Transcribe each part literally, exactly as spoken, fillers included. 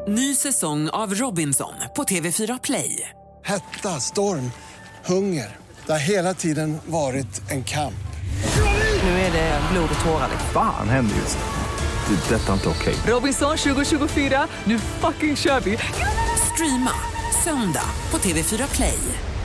Ny säsong av Robinson på T V fyra Play. Hetta, storm, hunger. Det har hela tiden varit en kamp. Nu är det blod och tårar. Fan händer just det. Det är detta inte okej. Robinson tjugo tjugofyra, nu fucking kör vi. Streama söndag på T V fyra Play.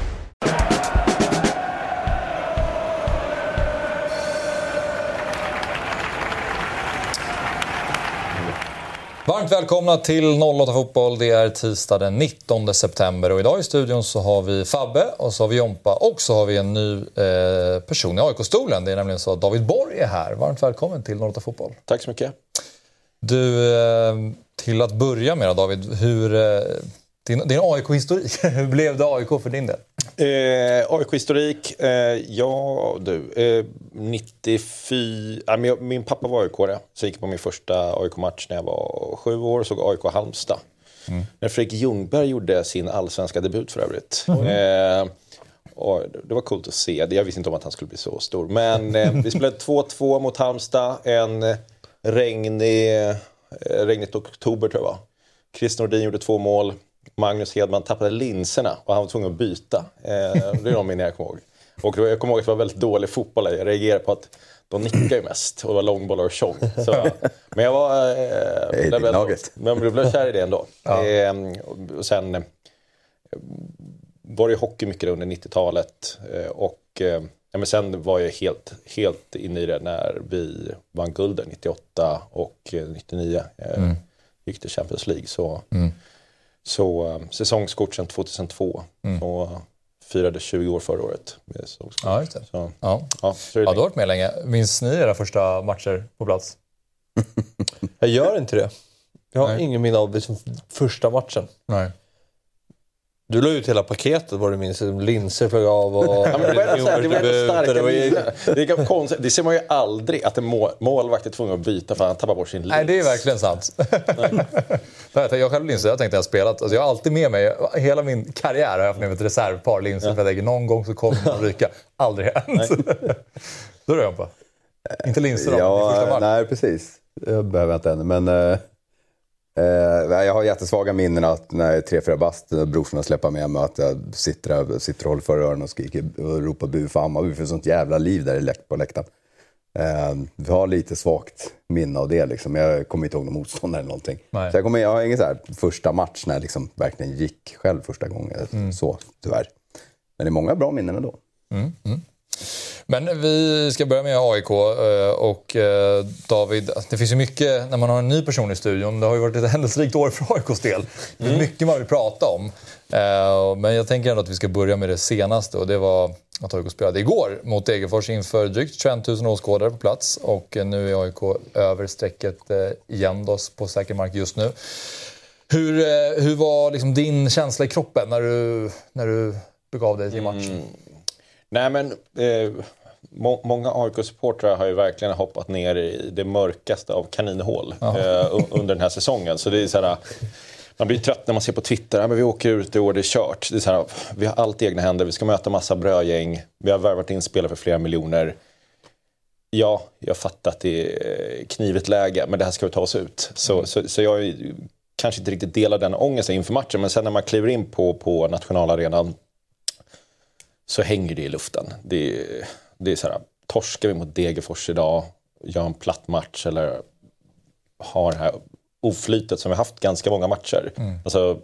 Varmt välkomna till noll åtta Fotboll. Det är tisdag den nittonde september och idag i studion så har vi Fabbe och så har vi Jompa och så har vi en ny eh, person i A I K-stolen. Det är nämligen så att David Borg är här. Varmt välkommen till noll åtta Fotboll. Tack så mycket. Du, eh, till att börja med David, hur, eh, din, din A I K-historik, hur blev det A I K för din del? Eh, A I K-historik, eh, ja du, eh, nittiofyra, äh, min, min pappa var A I K-are, så jag gick på min första A I K-match när jag var sju år och såg A I K Halmstad. Mm. När Fredrik Ljungberg gjorde sin allsvenska debut för övrigt. Mm. Eh, och det var coolt att se, jag visste inte om att han skulle bli så stor. Men eh, vi spelade två två mot Halmstad, en regnig, eh, regnigt oktober tror jag var. Chris Nordin gjorde två mål. Magnus Hedman tappade linserna och han var tvungen att byta. Eh, det är de minne jag kommer ihåg. Och jag kommer ihåg att det var väldigt dålig fotboll. Jag reagerade på att de nickade ju mest. Och det var långbollar och tjong. Så, men jag var... Eh, det blev, men jag blev kär i det ändå. Ja. Eh, och sen eh, var det hockey mycket under nittiotalet. Eh, och eh, ja, men sen var jag helt, helt inne i det när vi vann gulden nittioåtta och eh, nittionio. Eh, mm. Gick till Champions League. Så... Mm. Så uh, säsongskort sedan tjugohundratvå mm. och firade tjugo år förra året. Ja, just det. Så, ja. Ja, så ja, du har varit med länge. Minns ni era första matcher på plats? Jag gör inte det. Jag har Nej. ingen minne av liksom första matchen. Nej. Du la ut hela paketet vad du minns. Linser flög av och... Ja, men det var säga, det var ett starka det, var ju... det, är konstigt. Det ser man ju aldrig att en mål, målvakt är tvungen att byta för att han tappar bort sin lins. Nej, det är verkligen sant. Jag själv linser, jag tänkte jag har spelat. Alltså jag har alltid med mig, hela min karriär har jag haft med mig ett reservpar linser. Ja. För jag tänker, någon gång så kommer man ryka. Aldrig hänt. Då är det på. Inte linser då, ja, i första match. Nej, precis. Jag behöver inte ännu, men... Uh... Uh, jag har jättesvaga minnen att när jag är tre fyra bast brorsorna släpper med mig att jag sitter, sitter och håller för öronen och skriker och ropar bu för Hammarby för sånt jävla liv där på läktaren. Uh, vi har lite svagt minne av det liksom. Jag kommer inte ihåg någon motståndare eller någonting. Nej. Så jag, kommer, jag har ingen så här första match när jag liksom verkligen gick själv första gången. Mm. Så tyvärr. Men det är många bra minnen ändå. Mm. Mm. Men vi ska börja med A I K och David, det finns ju mycket när man har en ny person i studion. Det har ju varit ett händelserikt år för A I K:s del. Det är mm. mycket man vill prata om. Men jag tänker ändå att vi ska börja med det senaste och det var att A I K spelade igår mot Degerfors inför drygt tjugoett tusen åskådare på plats och nu är A I K över strecket igen då på säker mark just nu. Hur, hur var liksom din känsla i kroppen när du, när du begav dig till matchen? Mm. Nej men eh, må- många A I K-supportrar har ju verkligen hoppat ner i det mörkaste av kaninhål eh, under den här säsongen. Så det är så här, man blir trött när man ser på Twitter, ja, men vi åker ut i år, det är kört. Det är så här, vi har allt i egna händer, vi ska möta massa brödgäng, vi har värvat in spelare för flera miljoner. Ja, jag fattar att det är knivigt läge, men det här ska vi ta oss ut. Så, mm. så, så jag kanske inte riktigt delar den ångesten inför matchen, men sen när man kliver in på, på nationalarenan så hänger det i luften. Det är, det är så här, torskar vi mot Degerfors idag, gör en platt match eller har det här oflytet som vi haft ganska många matcher. Mm. Alltså,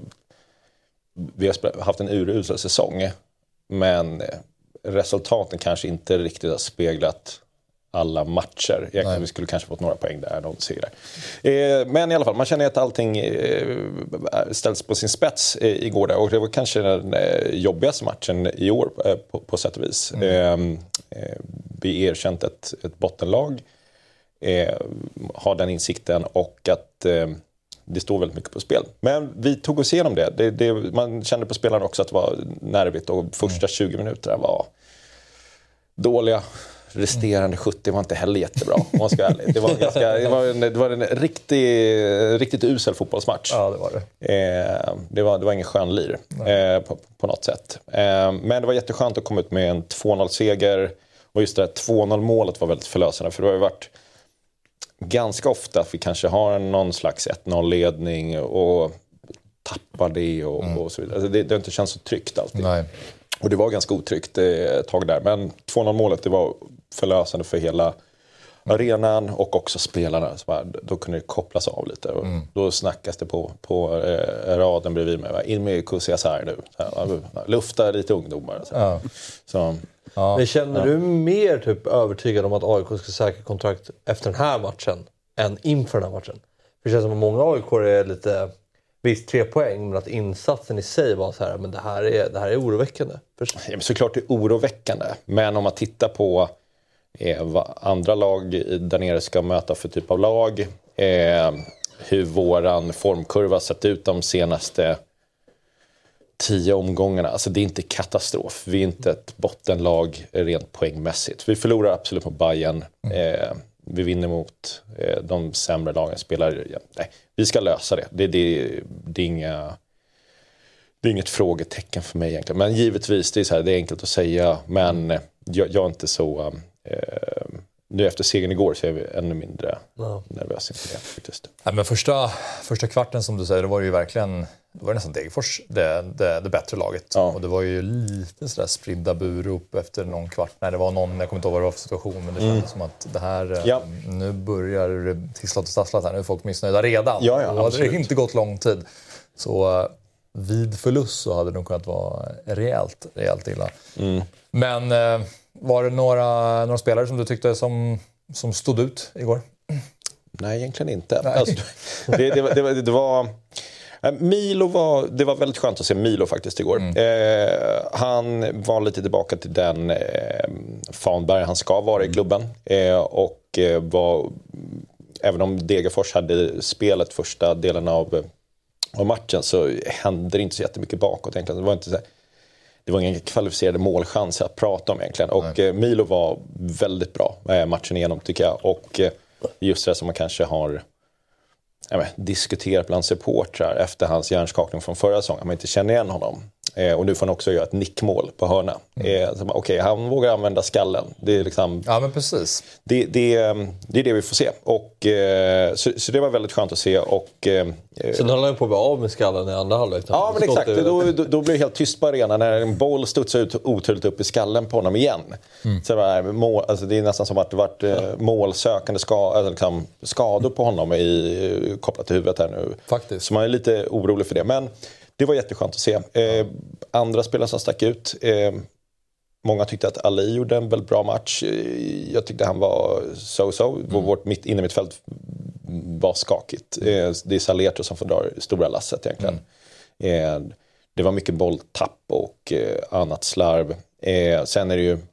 vi har haft en urusel säsong, men resultaten kanske inte riktigt har speglat alla matcher. Egentligen vi skulle kanske fått några poäng där, någon segrar. Eh, men i alla fall, man känner att allting eh, ställs på sin spets eh, igår där. Och det var kanske den eh, jobbigaste matchen i år eh, på, på sätt och vis. Mm. Eh, eh, vi erkänt ett, ett bottenlag. Eh, har den insikten och att eh, det står väldigt mycket på spel. Men vi tog oss igenom det. det, det man kände på spelarna också att det var nervigt och första mm. tjugo minuter var dåliga. Resterande sjuttio var inte heller jättebra, om man ska vara ärlig. Det var en, ganska, det var en, det var en riktig, riktigt usel fotbollsmatch. Ja, det var det. Eh, det, var, det var ingen skön lir eh, på, på något sätt. Eh, men det var jätteskönt att komma ut med en två noll-seger. Och just det här två noll-målet var väldigt förlösande. För det har ju varit ganska ofta att vi kanske har någon slags ett noll-ledning och tappar det och, mm. och så vidare. Alltså det, det har inte känts så tryggt alltid. Nej. Och det var ganska otryggt ett tag där. Men två noll målet, det var förlösande för hela arenan och också spelarna. Så bara, då kunde det kopplas av lite. Och mm. Då snackas det på, på eh, raden bredvid mig. In med Kusiasar nu. Så, lufta lite ungdomar. Så. Ja. Så, ja. Men känner ja. du mer typ övertygad om att A I K ska säkra kontrakt efter den här matchen än inför den här matchen? För det känns som att många A I K är lite... Visst, tre poäng, men att insatsen i sig var så här, men det här är, det här är oroväckande. Ja, men såklart det är oroväckande. Men om man tittar på eh, vad andra lag där nere ska möta för typ av lag, eh, hur våran formkurva sett ut de senaste tio omgångarna. Alltså det är inte katastrof. Vi är inte ett bottenlag rent poängmässigt. Vi förlorar absolut mot Bayern. Eh, vi vinner mot eh, de sämre lagen. Spelar, ja, nej, vi ska lösa det. Det, det, det, är inga, det är inget frågetecken för mig egentligen. Men givetvis, det är, så här, det är enkelt att säga. Men jag, jag är inte så... Eh, nu efter segern igår så är vi ännu mindre ja. nervösa inför det faktiskt. Ja, men första, första kvarten som du säger, det var ju verkligen... Det var nästan Degerfors, det, det, det bättre laget. Ja. Och det var ju lite sådär spridda burop efter någon kvart. Nej, det var någon, jag kommer inte ihåg vad det var för situation, men det kändes mm. som att det här, ja. nu börjar det tisslat och stasslat här. Nu är folk missnöjda redan. Ja, ja, och hade det inte gått lång tid. Så vid förlust så hade det nog kunnat vara rejält, rejält illa. Mm. Men var det några, några spelare som du tyckte som, som stod ut igår? Nej, egentligen inte. Alltså, det, det, det, det var... Milo var, det var väldigt skönt att se Milo faktiskt igår. Mm. Eh, han var lite tillbaka till den eh, Fanberg han ska vara i klubben. Eh, och eh, var, även om Degerfors hade spelet första delen av, av matchen så hände det inte så jättemycket bakåt egentligen. Det var inte så, det var ingen kvalificerade målchans att prata om egentligen. Och eh, Milo var väldigt bra eh, matchen igenom tycker jag. Och eh, just det som man kanske har... Ja, men, diskuterat bland supportrar efter hans hjärnskakning från förra säsongen. Man inte känner igen honom. Eh, och nu får han också göra ett nickmål på hörna. Mm. Eh, Okej, okay, han vågar använda skallen. Det är liksom... Ja, men precis. Det, det, det är det vi får se. Och, eh, så, så det var väldigt skönt att se. Och, eh, Sen höll han på att bli av med skallen i andra halvlek. Ja, men exakt. Då, då, då blir det helt tyst på arenan när en boll studsar ut oturligt upp i skallen på honom igen. Mm. Så det, var, mål, alltså det är nästan som att det varit eh, målsökande ska, alltså liksom, skador på honom i, kopplat till huvudet här nu. Faktiskt. Så man är lite orolig för det. Men det var jätteskönt att se. Eh, andra spelare som stack ut. Eh, många tyckte att Ali gjorde en väldigt bra match. Eh, jag tyckte han var so-so. Mm. Vårt mitt, inne mitt fält var skakigt. Eh, det är Salerto som får dra stora lasset egentligen. Mm. Eh, det var mycket bolltapp och eh, annat slarv. Eh, sen är det ju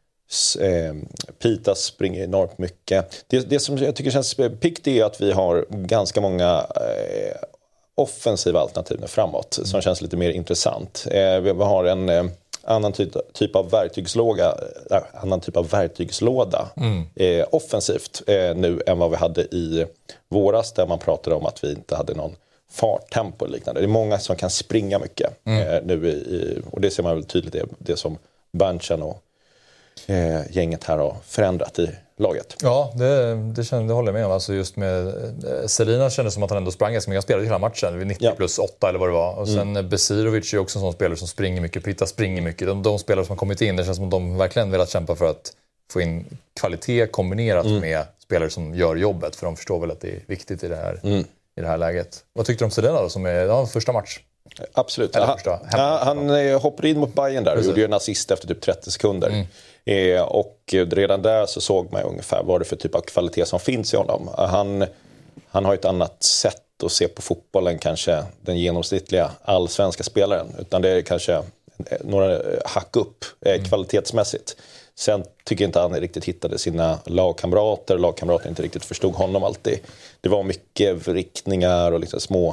eh, Pita springer enormt mycket. Det, det som jag tycker känns pickt är att vi har ganska många eh, offensiva alternativ framåt som mm. känns lite mer intressant. Eh, vi har en eh, annan typ, typ av verktygslåga, äh, annan typ av verktygslåda mm. eh, offensivt eh, nu än vad vi hade i våras där man pratade om att vi inte hade någon farttempo och liknande. Det är många som kan springa mycket mm. eh, nu i, i, och det ser man väl tydligt det, det som Berntsen och eh, gänget här har förändrat i laget. Ja, det, det, kände, det håller jag med om. Alltså just med eh, Selina kändes som att han ändå sprang ganska mycket. Han spelade hela matchen vid nittio ja. plus åtta eller vad det var. Och sen mm. Besirovic är också en sån spelare som springer mycket. Pita springer mycket. De, de spelare som har kommit in, det känns som att de verkligen velat kämpa för att få in kvalitet kombinerat mm. med spelare som gör jobbet. För de förstår väl att det är viktigt i det här, mm. i det här läget. Vad tyckte du om Selina då, som är ja, första match? Absolut. Han, första, ja, han hoppade in mot Bayern där och gjorde ju en assist efter typ trettio sekunder. Mm. Eh, och redan där så såg man ungefär vad det för typ av kvalitet som finns i honom. Han, han har ett annat sätt att se på fotbollen kanske den genomsnittliga allsvenska spelaren. Utan det är kanske några hack upp eh, mm. kvalitetsmässigt. Sen tycker jag inte han riktigt hittade sina lagkamrater. Lagkamrater inte riktigt förstod honom alltid. Det var mycket vrickningar och liksom små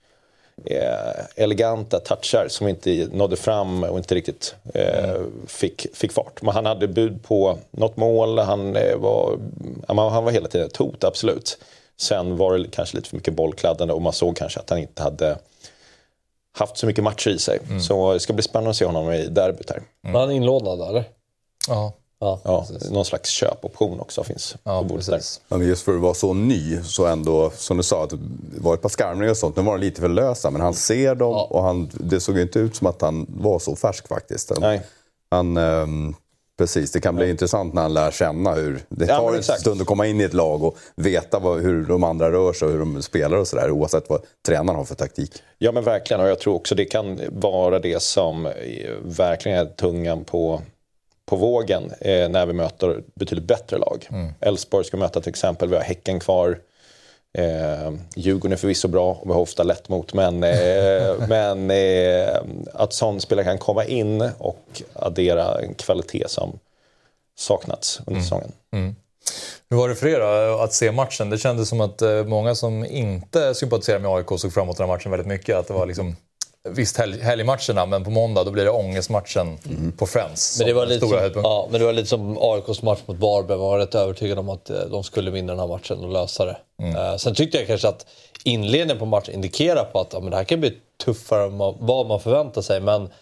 eh, eleganta touchar som inte nådde fram och inte riktigt eh, mm. fick, fick fart. Men han hade bud på något mål. Han, eh, var, han var hela tiden ett hot, absolut. Sen var det kanske lite för mycket bollkladdande och man såg kanske att han inte hade haft så mycket matcher i sig. Mm. Så det ska bli spännande att se honom i derbyt här. Mm. Var han inlånad eller? Ja. Ja, ja, någon slags köpoption också finns ja, på bordet där. Ja, men just för att vara så ny så ändå, som du sa, att det var ett par skarvningar och sånt. Nu var han lite för lösa, men han ser dem ja. och han, det såg ju inte ut som att han var så färsk faktiskt. Nej. Han, um, precis, det kan bli ja. intressant när han lär känna hur... Det tar ja, en stund att komma in i ett lag och veta vad, hur de andra rör sig och hur de spelar och sådär, oavsett vad tränaren har för taktik. Ja, men verkligen, och jag tror också det kan vara det som verkligen är tungan på... på vågen eh, när vi möter betydligt bättre lag. Elfsborg mm. ska möta till exempel, vi har Häcken kvar. Eh, Djurgården är förvisso bra och vi har ofta lätt mot. Men, eh, men eh, att sån spelare kan komma in och addera en kvalitet som saknats under mm. säsongen. Mm. Hur var det för er då, att se matchen? Det kändes som att eh, många som inte sympatiserar med A I K såg framåt den här matchen väldigt mycket. Att det var liksom... Visst helg, helgmatcherna, men på måndag då blir det ångestmatchen mm. på Friends. Men det, var lite som, ja, men det var lite som A I K:s match mot Varberg. Man var rätt övertygad om att de skulle vinna den här matchen och lösa det. Mm. Uh, sen tyckte jag kanske att inledningen på matchen indikerar på att ja, men det här kan bli tuffare än vad man förväntar sig. Men uh,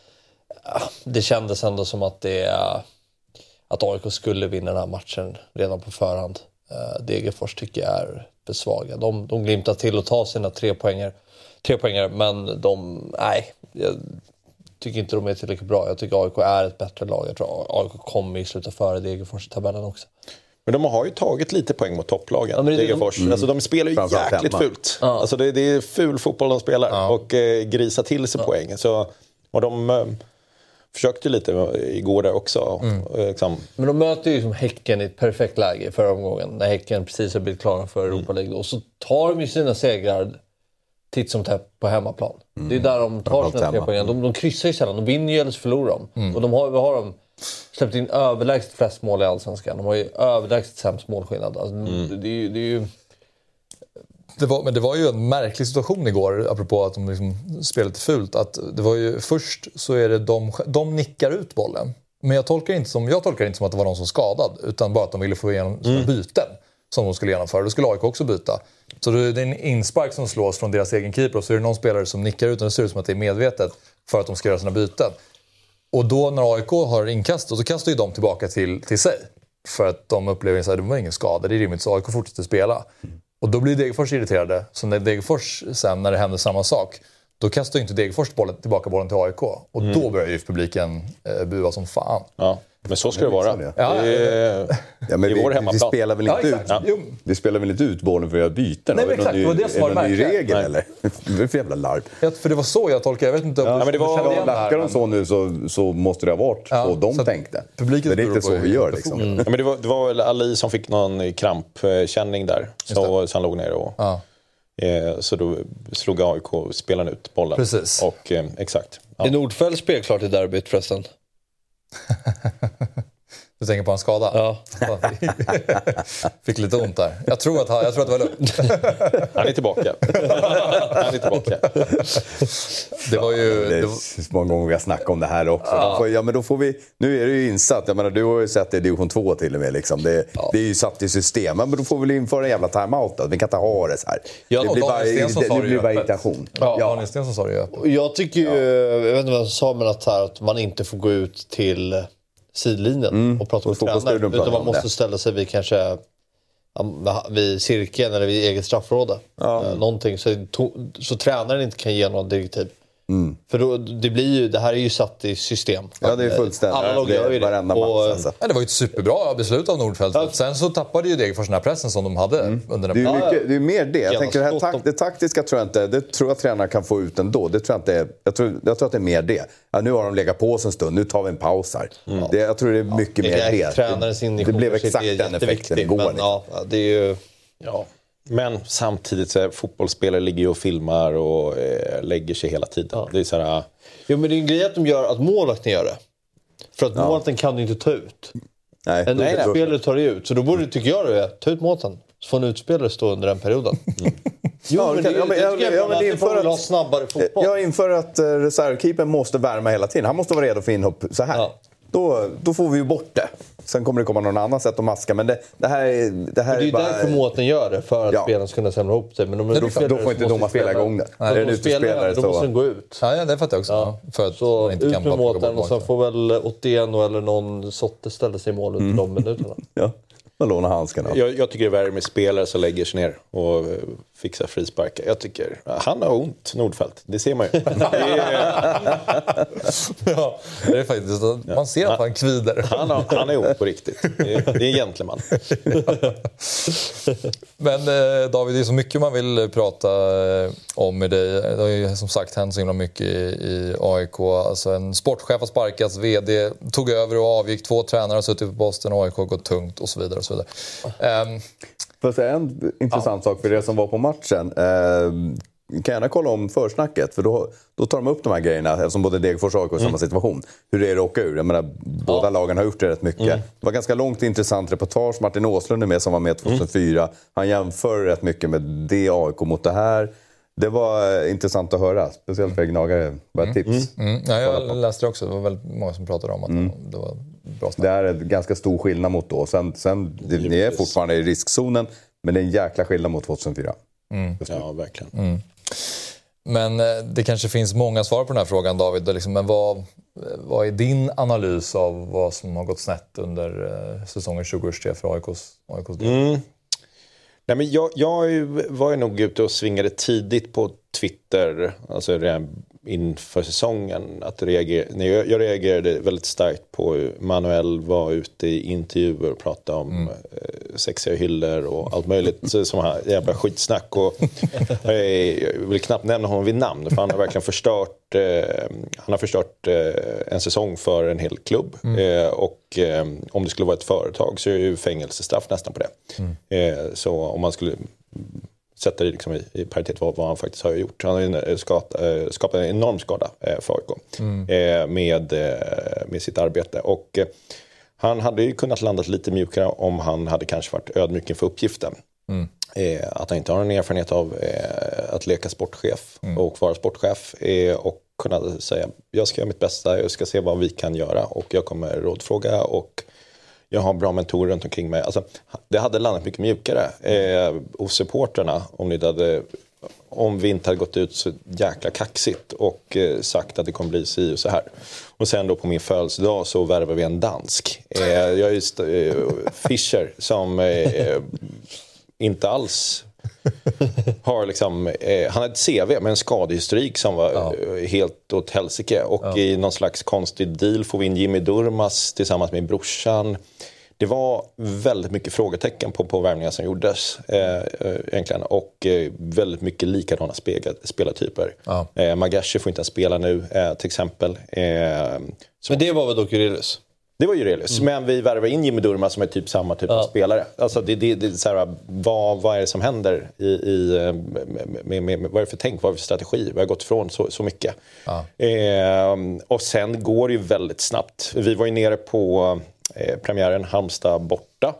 det kändes ändå som att, det, uh, att A I K skulle vinna den här matchen redan på förhand. Uh, Degerfors tycker jag är för svaga. De, de glimtar till att ta sina tre poänger. Tre poängare, men de, nej, jag tycker inte de är tillräckligt bra. Jag tycker A I K är ett bättre lag. Jag tror A I K kommer i sluta före Degerfors i tabellen också. Men de har ju tagit lite poäng mot topplagen, ja, Degerfors. Mm. Alltså, de spelar ju Framför jäkligt fult. Ja. Alltså, det, det är ful fotboll de spelar ja. och eh, grisar till sig ja. poäng. Så, och de eh, försökte lite igår där också. Mm. Liksom. Men de möter ju som Häcken i ett perfekt läge i förra omgången. När Häcken precis har blivit klara för Europa League. Mm. Och så tar de ju sina segrar titt som tätt på hemmaplan. Mm. Det är där de tar sina tre poäng. De, de kryssar ju sällan. De vinner ju eller så förlorar de. Mm. Och de har, har de släppt in överlägset flest mål i Allsvenskan. De har ju överlägset sämst målskillnad. Alltså, mm. det, det, är, det är ju... Det var, men det var ju en märklig situation igår, apropå att de liksom spelade fult. Att det var ju, först så är det de, de nickar ut bollen. Men jag tolkar inte som, jag tolkar inte som att det var någon som skadad. Utan bara att de ville få igenom mm. byten som de skulle genomföra. Då skulle A I K också byta. Så det är en inspark som slås från deras egen keeper. Och så är det någon spelare som nickar ut och det ser ut som att det är medvetet för att de ska göra sina byten. Och då när A I K har inkast, så kastar ju de tillbaka till, till sig. För att de upplever att det var ingen skada, det är rimligt, så A I K fortsätter spela. Och då blir Degerfors irriterade. Så när Degerfors sen, när det händer samma sak, då kastar ju inte Degerfors bollen, tillbaka bollen till A I K. Och mm. då börjar ju publiken eh, bua som fan. Ja. Men så ska det vara. Det. Ja, det är, ja, men vi, vi, spelar väl inte ja, ut, ja. vi spelar väl inte ut bollen för att göra byten? Nej, men exakt, det var det som var märkligt. Är det en ny regel eller? Det är för jävla larv. Ja, för det var så jag tolkade. Jag vet inte om ja, du men det var, om lackar de så nu så, så måste det ha varit ja, så de så tänkte. Men det är inte så vi gör liksom. Mm. Ja, men det var, det var väl Ali som fick någon krampkänning där. Så, så han låg ner och... Ja. Eh, så då slog A I K spelaren ut bollen. Precis. Och, eh, exakt. Ja. Är Nordfeldt spelklart i derbyt förresten? Du tänker på en skada? Ja. Fick lite ont där. Jag tror att, jag tror att det var lugnt. Han är tillbaka. Han är tillbaka. Det var ju... Det är så många gånger vi har snackat om det här också. Ja. Ja, men då får vi... Nu är det ju insatt. Jag menar, du har ju sett det i division två till och med. Liksom. Det, ja. det är ju satt i system. Men då får vi införa en jävla timeout. Då. Vi kan inte ha det så här. Ja, det blir bara, det, det blir bara irritation. Ja, ja. Daniel Stensson sa det ju. Jag tycker ju... Ja. Jag vet inte vad som sa, men att, här, att man inte får gå ut till... sidlinjen mm. och prata med tränare, utan man måste ställa sig vid kanske vid cirkeln eller vid eget straffområde. Ja. Eh, någonting så, to- så tränaren inte kan ge någon direktiv. Mm. För då, det blir ju, det här är ju satt i system. Ja, det är fullständigt. Alla lag gör ju det. Och, match, alltså. Ja, det var ju ett superbra beslut av Nordfeldt. Ja. Sen så tappade ju Degerfors den här pressen som de hade mm. under den. Det är, mycket, det är mer det. Jag tänker det, här tak- det taktiska tror jag inte, det tror jag tränaren kan få ut ändå. Det tror jag inte är, jag tror, jag tror att det är mer det. Ja, nu har de legat på oss en stund, nu tar vi en paus här. Mm. Det, jag tror det är mycket ja, mer det. Det, det blev exakt den effekten igår. Men, ja, det är ju... Ja. Men samtidigt så är fotbollsspelare ligger ju och filmar och eh, lägger sig hela tiden. Ja. Det är så här... Jo, men det är en grej att de gör att målvakten gör det. För att ja. målvakten kan du inte ta ut. Nej. En utspelare tar det ut. Så då borde, tycker jag det, ta ut målvakten. Så får en utspelare stå under den perioden. Mm. Jo, ja, men det, det, det, jag, jag, jag vill införa att, ha snabbare fotboll. Jag inför att uh, reservkeepern måste värma hela tiden. Han måste vara redo för inhopp så här. Ja. då, då får vi ju bort det. Sen kommer det komma någon annan sätt att maska. Men det, det här är... Det, här det är ju bara... därför Mårten gör det. För att ja. spelarna ska kunna samla ihop sig. Men de, då, då, då får inte domaren spela igång det. Nej, är det utespelare så... Då måste den gå ut. Ja, ja det fattar jag också. Ja. För att så inte ut kan med Mårten och sen bort. får väl Otieno eller någon Sotte ställa sig i mål under mm. de minuterna. Ja, man lånar handskarna. Jag, jag tycker det är värre med spelare som lägger sig ner och fixar frisparkar. Jag tycker, han har ont, Nordfeldt. Det ser man ju. Det är, ja, det är faktiskt, man ser att han kvider. Han, har, han är ont på riktigt. Det är, det är en gentleman. Men eh, David, det är så mycket man vill prata eh, om med dig. Det har ju som sagt hänt så himla mycket i, i A I K. Alltså en sportchef har sparkats, vd tog över och avgick, två tränare har suttit på posten, A I K har gått tungt och så vidare. Och så vidare. Um, Får jag säga en intressant ja. sak för det som var på matchen? Uh, kan gärna kolla om försnacket, för då, då tar de upp de här grejerna, eftersom både Degerfors och A I K är i mm. samma situation. Hur det är att åka ur. Jag menar, båda ja. lagen har gjort det rätt mycket. Mm. Det var ganska långt intressant reportage. Martin Åslund är med som var med tjugohundrafyra. Mm. Han jämför rätt mycket med det A I K mot det här. Det var intressant att höra, speciellt för gnagare. Bara mm. tips. Mm. Mm. Ja, jag läste det också. Det var väldigt många som pratade om att mm. det var bra snack. Det är en ganska stor skillnad mot då. Sen, sen det, ni är fortfarande i riskzonen, men det är en jäkla skillnad mot tjugohundrafyra. Mm. Ja, verkligen. Mm. Men det kanske finns många svar på den här frågan, David. Liksom, men vad, vad är din analys av vad som har gått snett under eh, säsongen tjugohundratjugotre för A I K:s, A I K:s del? Mm. Nej, men jag, jag var ju nog ute och svingade tidigt på Twitter, alltså redan inför säsongen. Att reagera, jag, jag reagerade väldigt starkt på hur Manuel var ute i intervjuer och pratade om mm. eh, sexiga hyllor och allt möjligt. Så, som här jävla skitsnack. Och, jag vill knappt nämna honom vid namn, för han har verkligen förstört, eh, han har förstört eh, en säsong för en hel klubb. Mm. Eh, och eh, om det skulle vara ett företag så är det ju fängelsestraff nästan på det. Mm. Eh, så om man skulle sätta det liksom i, i paritet vad, vad han faktiskt har gjort. Han har skapat, äh, skapat en enorm skada äh, för A I K mm. äh, med, äh, med sitt arbete. Och äh, han hade ju kunnat landa lite mjukare om han hade kanske varit ödmjuk inför uppgiften. Mm. Äh, att han inte har någon erfarenhet av äh, att leka sportchef mm. och vara sportchef. Äh, och kunna säga, jag ska göra mitt bästa, jag ska se vad vi kan göra. Och jag kommer rådfråga och jag har bra mentorer runt omkring mig. Alltså, det hade landat mycket mjukare eh, hos supporterna om, ni hade, om vi inte hade gått ut så jäkla kaxigt och eh, sagt att det kommer bli si och så här. Och sen då på min födelsedag så värvar vi en dansk. Eh, jag är just eh, Fischer som eh, inte alls har liksom, eh, han hade ett C V med en skadehistorik som var ja. eh, helt åt helsike. Och ja. i någon slags konstig deal får vi in Jimmy Durmaz tillsammans med brorsan. Det var väldigt mycket frågetecken på, på värvningar som gjordes eh, egentligen. Och eh, väldigt mycket likadana spegel, spelartyper. Ja. Eh, Magashi får inte spela nu eh, till exempel. Eh, Men det var väl dock Jurelius? Det var Jurelius, mm. men vi värvar in Jimmy Durmaz som är typ samma typ ja. av spelare. Alltså det, det, det, så här, vad, vad är det som händer i, i, med, med, med, vad är det för tänk, vad är det för strategi? Vi har gått ifrån så, så mycket. Ja. Eh, och sen går det ju väldigt snabbt. Vi var ju nere på eh, premiären Halmstad borta.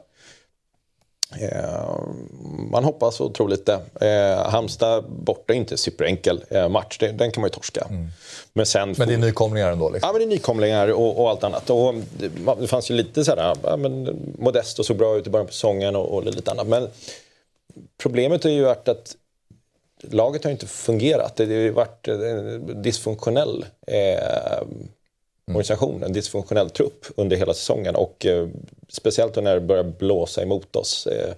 Eh, man hoppas och tror lite. Eh, Halmstad borta är inte en superenkel eh, match. Den, den kan man ju torska. Mm. Men, sen men det är nykomlingar ändå? Liksom. Ja, men det är nykomlingar och, och allt annat. Och det, det fanns ju lite så här, ja, men Modest och så bra ut i början på säsongen och, och lite annat. Men problemet är ju varit att laget har inte fungerat. Det har ju varit en dysfunktionell eh, organisation, en dysfunktionell trupp under hela säsongen. Och eh, speciellt när det börjar blåsa emot oss. Eh,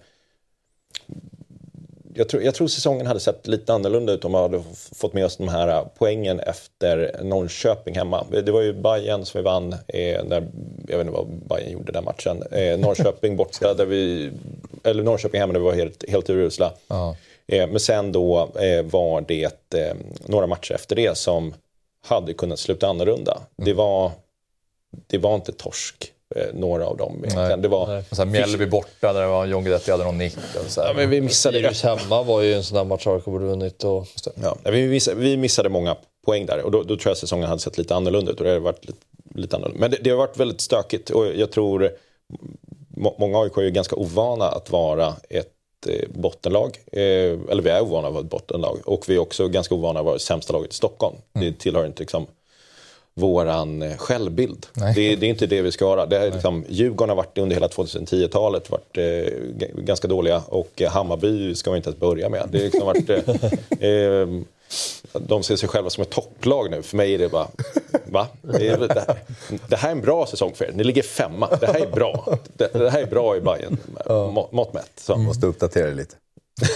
jag, tror, jag tror säsongen hade sett lite annorlunda ut om man hade fått med oss de här poängen efter Norrköping hemma. Det var ju Bayern som vi vann eh, när, jag vet inte vad Bayern gjorde den matchen. Eh, Norrköping borta där vi, eller Norrköping hemma där vi var helt, helt urusla. Uh-huh. Eh, men sen då eh, var det eh, några matcher efter det som hade kunnat sluta annorlunda. Mm. Det var det var inte torsk eh, några av dem. Nej, det var så här, Mjällby borta där var John Guidetti hade någon nick och så här. Ja, men vi missade Sirius hemma var ju en sån där match som borde vunnit och ja, vi missade, vi missade många poäng där och då, då tror jag säsongen hade sett lite annorlunda ut och det har varit lite, lite annorlunda. Men det, det har varit väldigt stökigt och jag tror må, många A I K är ju ganska ovana att vara ett bottenlag, eller vi är ovana att vara ett bottenlag och vi är också ganska ovana att vara sämsta laget i Stockholm. Mm. Det tillhör inte liksom våran självbild. Det, det är inte det vi ska göra. Det är liksom, Djurgården har varit under hela tjugohundratio-talet varit eh, g- ganska dåliga och eh, Hammarby ska vi inte ens börja med. Det har liksom varit, eh, eh, de ser sig själva som ett topplag nu. För mig är det bara, va? Det, är, det, här, det här är en bra säsong för er. Ni ligger femma. Det här är bra. Det, det här är bra i Bayern må, mått mätt. Så. Måste uppdatera det lite.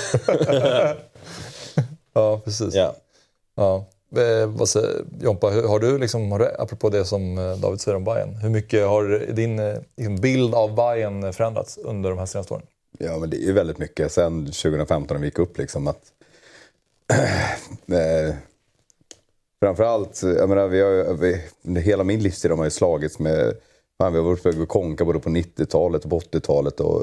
Ja, precis. Ja. Ja. Eh, vad säger, Jompa, har du, liksom, har du, apropå det som David säger om Bayern, hur mycket har din liksom, bild av Bayern förändrats under de här senaste åren? Ja, men det är ju väldigt mycket. Sen tjugohundrafemton när vi gick upp liksom att... eh, framförallt, jag menar, vi har, vi, hela min livstid har man ju slagits med... Man, vi har varit på konka både på nittiotalet och på åttiotalet och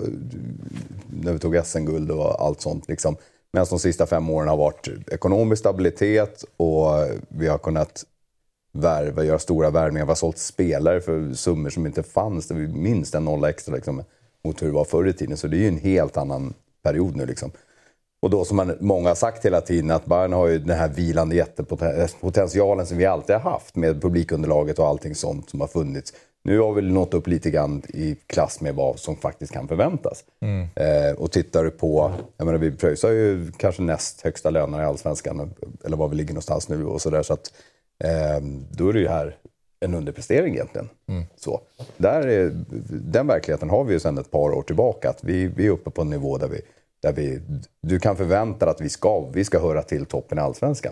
när vi tog S M-guld och allt sånt liksom. Medan de sista fem åren har varit ekonomisk stabilitet och vi har kunnat värva, göra stora värvningar. Vi har sålt spelare för summor som inte fanns. Det var minst en nolla extra liksom, mot hur det var förr i tiden. Så det är ju en helt annan period nu. Liksom. Och då som man, många har sagt hela tiden att Bayern har ju den här vilande jättepotentialen som vi alltid har haft med publikunderlaget och allting sånt som har funnits. Nu har vi nått upp lite grann i klass med vad som faktiskt kan förväntas. Mm. Eh, och tittar du på, jag menar vi pröjsar ju kanske näst högsta lönerna i Allsvenskan, eller var vi ligger någonstans nu och sådär. Så att eh, då är det ju här en underprestering egentligen. Mm. Så. Där är, den verkligheten har vi ju sedan ett par år tillbaka. Att vi, vi är uppe på en nivå där vi, där vi, du kan förvänta att vi ska, vi ska höra till toppen i Allsvenskan.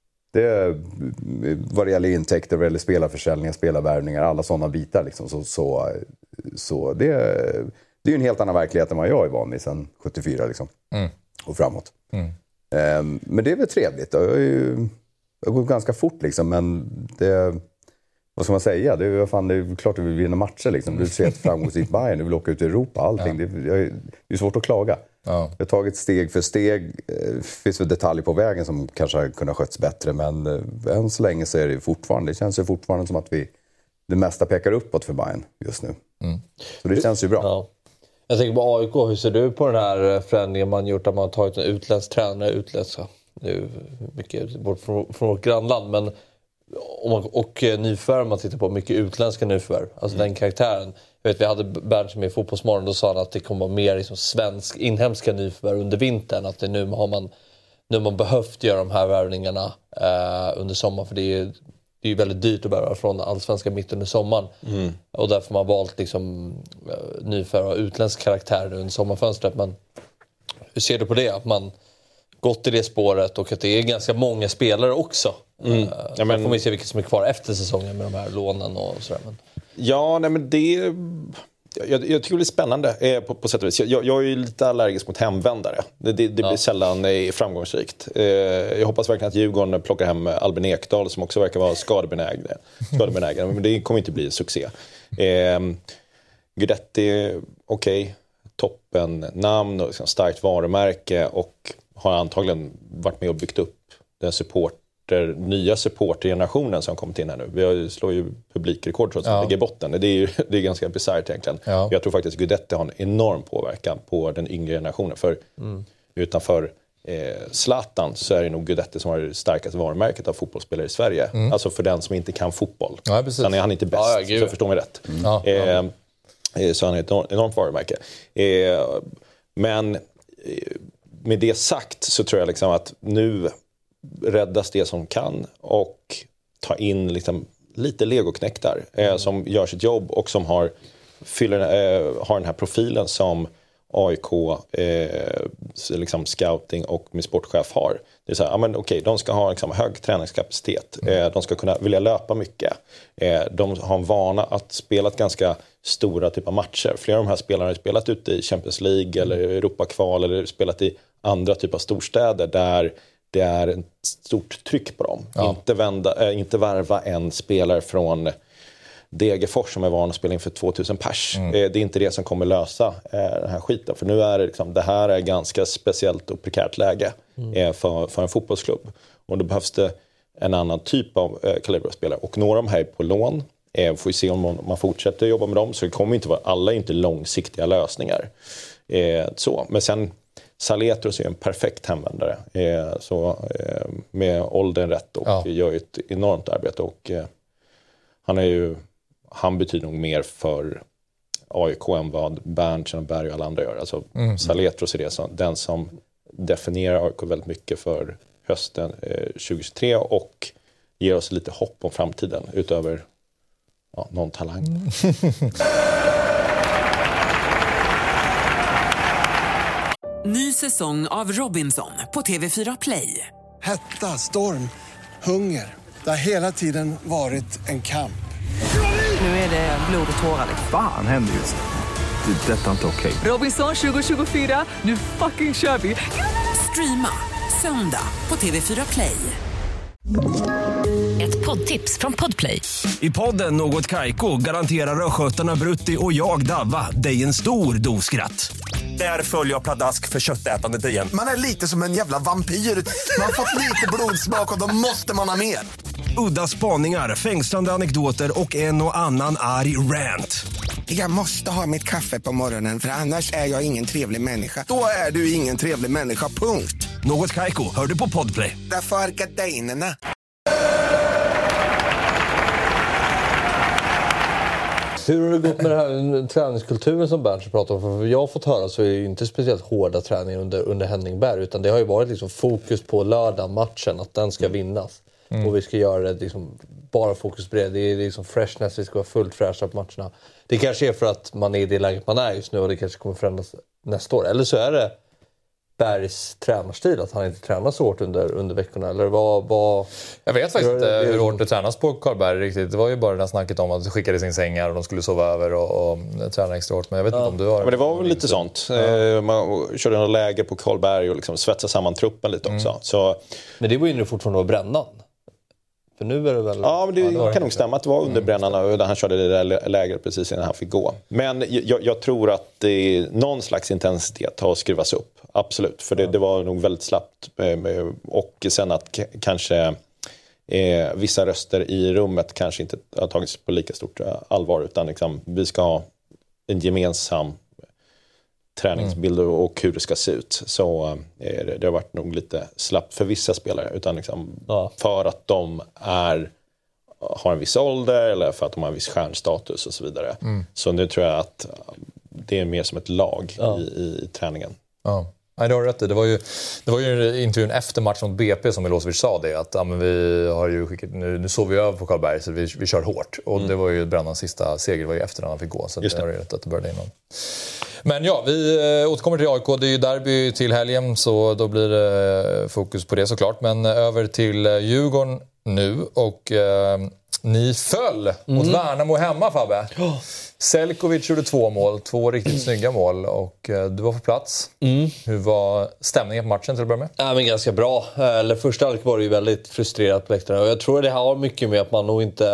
Det, vad det gäller intäkter, vad det gäller spelarförsäljningar, spelarvärvningar, alla sådana bitar. Liksom. Så, så, så det, det är ju en helt annan verklighet än vad jag är van vid sedan sjuttiofyra liksom. Mm. Och framåt. Mm. Um, men det är väl trevligt. Jag är ju, jag går ganska fort liksom, men det, vad ska man säga? Det är, fan, det är klart att vi vill vinna matcher. Liksom. Du vill se ett framgångsrikt Bayern, du vill åka ut i Europa, allting. Ja. Det, det är svårt att klaga. Ja. Jag har tagit steg för steg. Det finns väl detaljer på vägen som kanske hade kunnat sköts bättre. Men äh, än så länge så är det fortfarande. Det känns ju fortfarande som att vi det mesta pekar uppåt för Bayern just nu. Mm. Så det känns ju bra. Ja. Jag tänker på A I K. Hur ser du på den här förändringen man gjort? Att man har tagit en utländsk tränare, utländska. Det är mycket bort från, från vårt grannland. Men och, man, och nyförvärv, man tittar på mycket utländska nyförvärv. Alltså mm. den karaktären. Jag vet, vi hade Bernt som är i Fotbollsmorgon, då sa han att det kommer vara mer liksom svensk, inhemska nyförvärv under vintern. Att det nu har man, nu har man behövt göra de här värvningarna eh, under sommaren. För det är ju det är väldigt dyrt att värva från allsvenska mitt under sommaren. Mm. Och därför har man valt liksom, uh, nyförvärv och utländsk karaktär under sommarfönstret. Men hur ser du på det? Att man gått i det spåret och att det är ganska många spelare också. Mm. Uh, ja, men... får man se vilka som är kvar efter säsongen med de här lånen och sådär. Men... Ja, nej, men det... Jag, jag tycker det är spännande eh, på, på sätt och vis. Jag, jag är ju lite allergisk mot hemvändare. Det, det, det ja. blir sällan eh, framgångsrikt. Eh, jag hoppas verkligen att Djurgården plockar hem Albin Ekdal som också verkar vara skadebenägen. skadebenägen men det kommer inte bli en succé. Eh, Guidetti, okej. Okay. Toppen namn och liksom starkt varumärke och har antagligen varit med och byggt upp den support nya supportergenerationen som kommit in här nu. Vi har, slår ju publikrekord trots att ja. ligger i botten. Det är ju det är ganska bisarrt egentligen. Ja. Jag tror faktiskt att Guidetti har en enorm påverkan på den yngre generationen. För mm. utanför eh, Zlatan så är det nog Guidetti som har det starkaste varumärket av fotbollsspelare i Sverige. Mm. Alltså för den som inte kan fotboll. Ja, sen är han inte bäst, ja, så förstår mig rätt. Mm. Ja, ja. Eh, så han är ett enormt varumärke. Eh, men eh, med det sagt så tror jag liksom att nu räddas det som kan och ta in liksom lite legoknäktar mm. eh, som gör sitt jobb och som har, fyller, eh, har den här profilen som A I K eh, liksom scouting och min sportchef har. Det är så här, ja men okej, de ska ha liksom hög träningskapacitet. Mm. Eh, de ska kunna vilja löpa mycket. Eh, de har en vana att spela ganska stora typer av matcher. Flera av de här spelarna har spelat ute i Champions League eller Europakval eller spelat i andra typer av storstäder där det är ett stort tryck på dem. Ja. Inte, vända, äh, inte värva en spelare från Degerfors som är van att spela in för tvåtusen pers. Mm. Det är inte det som kommer lösa eh, den här skiten. För nu är det liksom, det här är ganska speciellt och prekärt läge mm. eh, för, för en fotbollsklubb. Och då behövs det en annan typ av eh, kaliberspelare. Och några av de här är på lån. Eh, får vi se om man, man fortsätter jobba med dem. Så det kommer inte vara, alla är inte långsiktiga lösningar. Eh, så. Men sen Saletros är en perfekt hemvändare. Eh, så, eh, med åldern rätt och ja. gör ett enormt arbete. Och eh, han är ju, han betyder nog mer för A I K än vad Berntsen och Berg och alla andra gör. Alltså mm. Saletros är det som, den som definierar A I K väldigt mycket för hösten eh, tjugohundratjugotre och ger oss lite hopp om framtiden utöver ja, någon talang. Mm. Ny säsong av Robinson på T V fyra Play. Hetta, storm, hunger. Det har hela tiden varit en kamp. Nu är det blod och tårar. Fan händer just det. Det är detta inte okej. Robinson tjugohundratjugofyra, nu fucking kör vi. Streama söndag på T V fyra Play. Ett poddtips från Podplay. I podden Något Kaiko garanterar röskötarna Brutti och jag Davva dig en stor doskratt. Där följer jag pladask för köttätandet igen. Man är lite som en jävla vampyr. Man har fått lite blodsmak och då måste man ha mer. Udda spaningar, fängslande anekdoter och en och annan arg rant. Jag måste ha mitt kaffe på morgonen för annars är jag ingen trevlig människa. Då är du ingen trevlig människa, punkt. Något Kaiko, hör du på Podplay. Därför är gardinerna. Hur har det gått med den här träningskulturen som Berntsen pratar om? För jag har fått höra så är det inte speciellt hårda träningar under, under Henning Berg. Utan det har ju varit liksom fokus på lördag matchen, att den ska vinnas. Mm. Och vi ska göra det liksom, bara fokus på det. Det är liksom freshness, vi ska vara fullt fräscha på matcherna. Det kanske är för att man är i det läget man är just nu och det kanske kommer förändras nästa år. Eller så är det Bergs tränarstil, att han inte tränar så hårt under, under veckorna. Eller vad, vad... Jag vet faktiskt inte hur, hur hårt det tränas på Karlberg riktigt. Det var ju bara det där snacket om att de skickade sin sängar och de skulle sova över och, och träna extra hårt. Men jag vet ja. inte om du har... Men det var väl lite sånt. Ja. Man körde några läger på Karlberg och liksom svetsade samman truppen lite också. Mm. Så... Men det var ju nu fortfarande att bränna. För nu är det väl... Ja, men det, ja, det kan nog stämma att det var under brännarna och där han körde det där lägret precis innan han fick gå. Men jag, jag tror att det är någon slags intensitet har skruvats upp. Absolut, för det, ja. det var nog väldigt slappt. Och sen att k- kanske eh, vissa röster i rummet kanske inte har tagits på lika stort allvar. Utan liksom, vi ska ha en gemensam träningsbild mm. och hur det ska se ut. Så eh, det, det har varit nog lite slappt för vissa spelare. Utan liksom, ja. för att de är, har en viss ålder eller för att de har en viss stjärnstatus och så vidare. Mm. Så nu tror jag att det är mer som ett lag ja. i, i, i träningen. Ja. Nej, det har rätt i. Det var ju, det var ju intervjun efter matchen mot B P som Milosevic sa det. Att ja, men vi har ju skickat, nu, nu såg vi över på Karlberg så vi, vi kör hårt. Och mm. det var ju Brannans sista seger, det var ju efter när han fick gå. Så Just det var ju rätt att det började innan. Men ja, vi äh, återkommer till A I K. Det är ju derby till helgen så då blir det äh, fokus på det såklart. Men äh, över till äh, Djurgården nu. Och äh, ni föll mot mm. Värnamo hemma, Fabbe. Oh. Selkovic gjorde två mål, två riktigt mm. snygga mål och eh, du var på plats. Mm. Hur var stämningen på matchen till att börja med? Ja, men ganska bra. Eller första halvlek var det ju väldigt frustrerat på läktarna och jag tror det har mycket med att man nog inte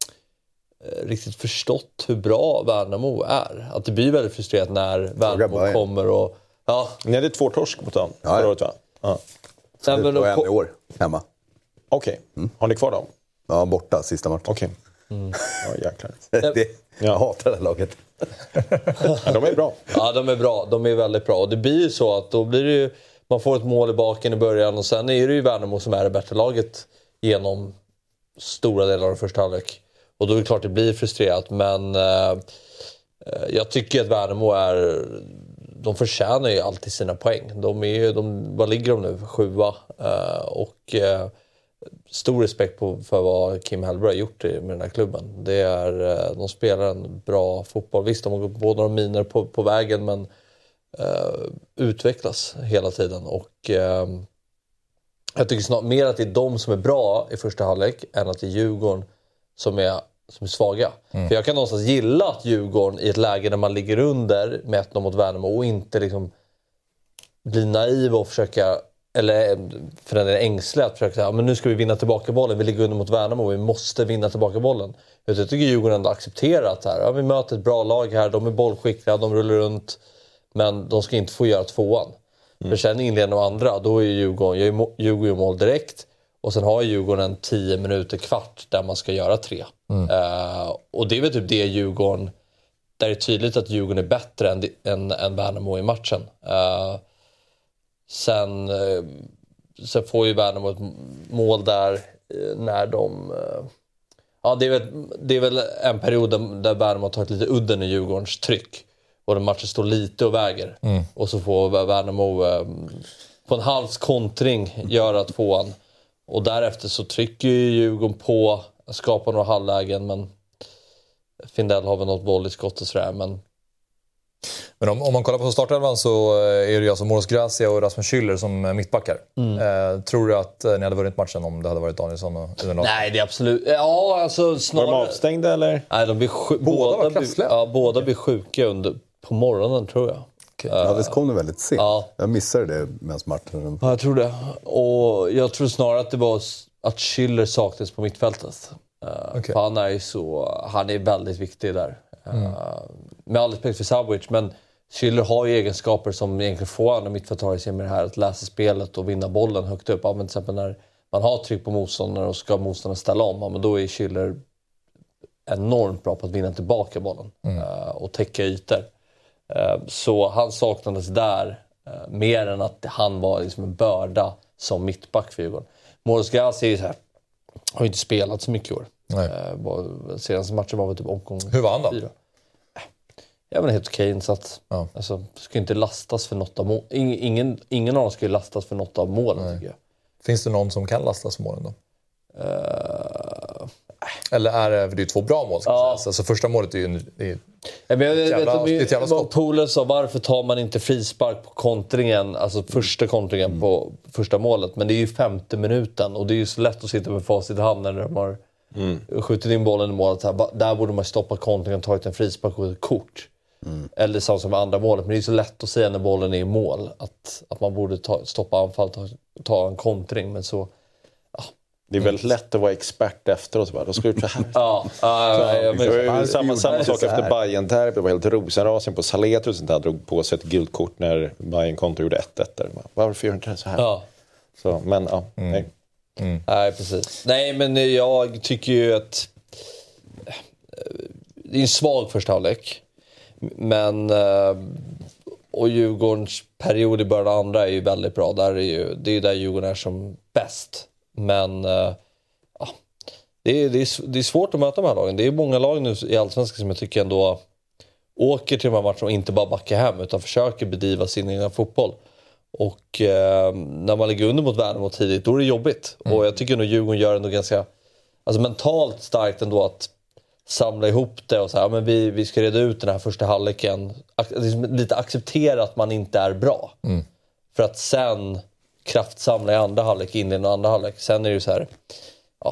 eh, riktigt förstått hur bra Värnamo är. Att det blir väldigt frustrerat när Värnamo kommer och... Ja. Ni hade två torsk mot dem ja, förra året, va? Ja. Det var en i år hemma. Okej. Okay. Mm. Har ni kvar dem? Ja, borta sista matchen. Okej. Okay. Mm. Ja, jäklar. det, jag hatar det här laget. Ja, de är bra. Ja, de är bra. De är väldigt bra. Och det blir ju så att då blir det ju... Man får ett mål i baken i början och sen är det ju Värnamo som är det bättre laget genom stora delar av första halvlek. Och då är det klart det blir frustrerat. Men eh, jag tycker att Värnamo är... De förtjänar ju alltid sina poäng. De är ju... De, vad ligger de nu? Sjua. Eh, och... Eh, stor respekt på, för vad Kim Hellberg har gjort med den här klubben. Det är, de spelar en bra fotboll. Visst, de har gått på några miner på, på vägen men uh, utvecklas hela tiden. Och uh, jag tycker snart mer att det är de som är bra i första halvlek än att det är Djurgården som är, som är svaga. Mm. För jag kan någonstans gilla att Djurgården i ett läge där man ligger under med ett noll mot Värnamo och inte liksom bli naiv och försöka eller för den är ängslig att försöka säga, men nu ska vi vinna tillbaka bollen, vi ligger under mot Värnamo och vi måste vinna tillbaka bollen. Jag tycker Djurgården ändå accepterat här. Ja, vi möter ett bra lag här, de är bollskickliga, de rullar runt, men de ska inte få göra tvåan. Mm. För sen inleder de andra, då är Djurgården, jag är Djurgården mål direkt och sen har Djurgården en tio minuter kvart där man ska göra tre. Mm. Uh, och det är väl typ det Djurgården, där det är tydligt att Djurgården är bättre än, än, än Värnamo i matchen. Uh, Sen, sen får ju Värnamo ett mål där när de... Ja, det är väl, det är väl en period där Värnamo har tagit lite udden i Djurgårdens tryck. Och den matchen står lite och väger. Mm. Och så får Värnamo eh, på en halvs kontring göra tvåan. Och därefter så trycker ju Djurgården på, skapar några halvlägen, men Findell har väl något boll i skott och sådär, men... Men om, om man kollar på startelvan så är det ju alltså Moros Gracia och Rasmus Schüller som mittbackar. Mm. Eh, tror du att ni hade vunnit matchen om det hade varit Danielsson och Udenlath? Nej, det är absolut... Ja, alltså snarare... Var de avstängda eller? Nej, de blir sj... båda, båda, blir, ja, båda blir sjuka under... på morgonen, tror jag. Okay. Ja, det kom det väldigt sent. Ja. Jag missade det medan matchen... Ja, jag tror det. Och jag tror snarare att det var att Schüller saknades på mittfältet. Okay. För han är ju så... Han är väldigt viktig där. Mm. Med all respekt för Savic, men Schüller har ju egenskaper som egentligen få andra mittfältare ser med det här. Att läsa spelet och vinna bollen högt upp. Ja, men till exempel när man har tryck på motståndare och ska motståndare ställa om. Ja, men då är Schüller enormt bra på att vinna tillbaka bollen. Mm. Och täcka ytor. Så han saknades där mer än att han var liksom en börda som mittback för Djurgården. Moros Gracia är ju så här, har ju inte spelat så mycket i år. Nej. Senaste matchen var väl typ omgång Hur var han då? fyra. Jag var helt okej insats. Ja. Alltså, ska inte lastas för något av mål. Ingen, ingen, ingen av dem ska ju lastas för något av målen, tycker jag. Finns det någon som kan lastas för målen då? Uh... Eller är det, för det är två bra mål, ska ja. säga. Alltså, första målet är ju det är jag men, ett jävla, vet, ett jävla skott. Polen sa, varför tar man inte frispark på kontringen, alltså första kontringen mm. på första målet? Men det är ju femte minuten och det är ju så lätt att sitta med facit i hand när de har mm. skjutit in bollen i målet. Här. Där borde man stoppa kontringen, tagit en frispark och ett kort. Mm. Eller samma som med andra målet. Men det är så lätt att säga när bollen är i mål att, att man borde ta, stoppa anfall, ta, ta en kontring. Men så... Ja. Det är väldigt lätt att vara expert efteråt. Då ska du ut så här. ja, ja, ja, men, det samma, samma sak efter Bayern-derby. Det var helt rosenrasen på Saletro som där drog på sig ett gult kort när Bayern-konto gjorde ett ett där. Varför gör inte det så här? Ja. Så, men ja, mm. nej. Mm. Nej, precis. Nej, men jag tycker ju att det är en svag första halvlek. Men och Djurgårdens period i början av andra är ju väldigt bra. Där är ju, det är ju där Djurgården är som bäst. Men ja, det, är, det, är, det är svårt att möta de här lagen. Det är många lag nu i Allsvenskan som jag tycker ändå åker till de här matcherna och inte bara backar hem utan försöker bedriva sin egen fotboll. Och eh, när man ligger under mot Värnamo tidigt, då är det jobbigt. Mm. Och jag tycker nog Djurgården gör ändå ganska alltså mentalt starkt ändå att samla ihop det och så här, ja, men vi, vi ska reda ut den här första halvleken. Lite acceptera att man inte är bra. Mm. För att sen kraftsamla i andra halvlek, in i den andra halvlek. Sen är det ju så här, ja,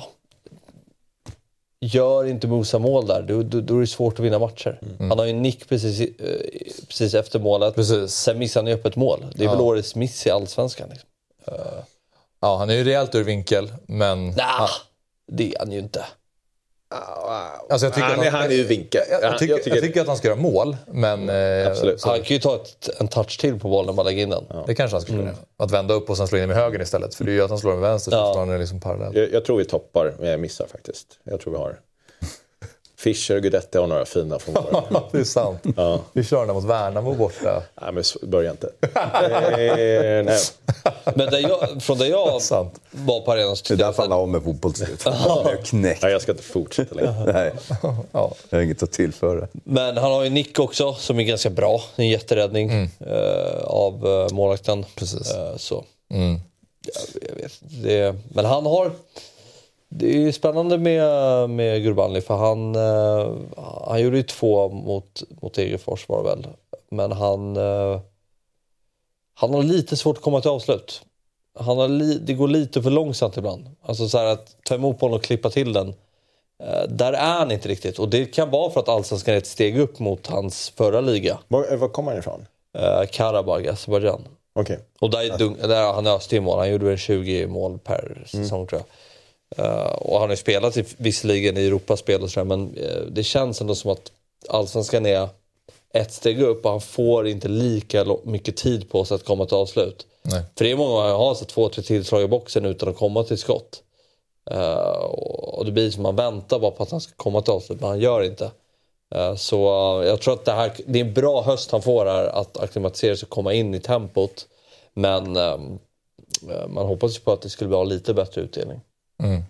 gör inte Musa mål där, då, då, då är det svårt att vinna matcher. Mm. Han har ju en nick precis, eh, precis efter målet. Precis. Sen missar han ju upp ett mål. Det är ja. väl årets miss i Allsvenskan. Liksom. Uh. Ja, han är ju rejält ur vinkel, men... Nah, ah. det är han ju inte. Alltså jag tycker han, att han, han är ju vinkel. Jag, jag, tycker, jag, tycker, jag tycker att han ska göra mål, men... Mm, absolut. Så, han kan ju ta ett, en touch till på bollen och bara lägga in den. Ja. Det kanske han skulle mm. Att vända upp och sen slå in med höger istället. För det är ju att han slår med vänster så ja. slår han liksom parallellt. Jag, jag tror vi toppar med missar faktiskt. Jag tror vi har... Fischer och Guidetti har några fina från våra. Det är sant. Ja. Vi kör den mot Värnamo borta. Nej, men börja inte. eh, nej. Men där jag, från där jag var på arenan... Det är därför han har av med fotbollsslut. Han är knäckt. Nej, jag ska inte fortsätta längre. Nej, ja. Jag har inget att tillföra. Men han har ju nick också som är ganska bra. En jätteräddning mm. uh, av uh, målvakten. Precis. Uh, så. Mm. Jag, jag vet, det, men han har... Det är spännande med, med Gurbanli för han, uh, han gjorde ju två mot, mot Degerfors var det väl. Men han, uh, han har lite svårt att komma till avslut. Han har li, det går lite för långsamt ibland. Alltså så här att ta emot på honom och klippa till den. Uh, där är han inte riktigt. Och det kan vara för att Allsvenskan är ett steg upp mot hans förra liga. Var, var kommer han ifrån? Uh, Karabag, Azerbaijan. Okej. Okay. Och där, dun, där han öste i mål. Han gjorde väl tjugo mål per säsong mm. tror jag. Uh, och han har ju spelat i, visserligen i Europaspel och sådär, men uh, det känns ändå som att Allsvenskan är ett steg upp och han får inte lika mycket tid på sig att komma till avslut. Nej. För det är många som har så två, tre tillslag i boxen utan att komma till skott. Uh, och, och det blir som man väntar bara på att han ska komma till avslut, men han gör inte. Uh, så uh, jag tror att det här det är en bra höst han får här att acklimatisera sig och komma in i tempot. Men um, man hoppas ju på att det skulle bli lite bättre utdelning. Mm.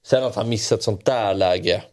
Sen att han missat ett sånt där läge,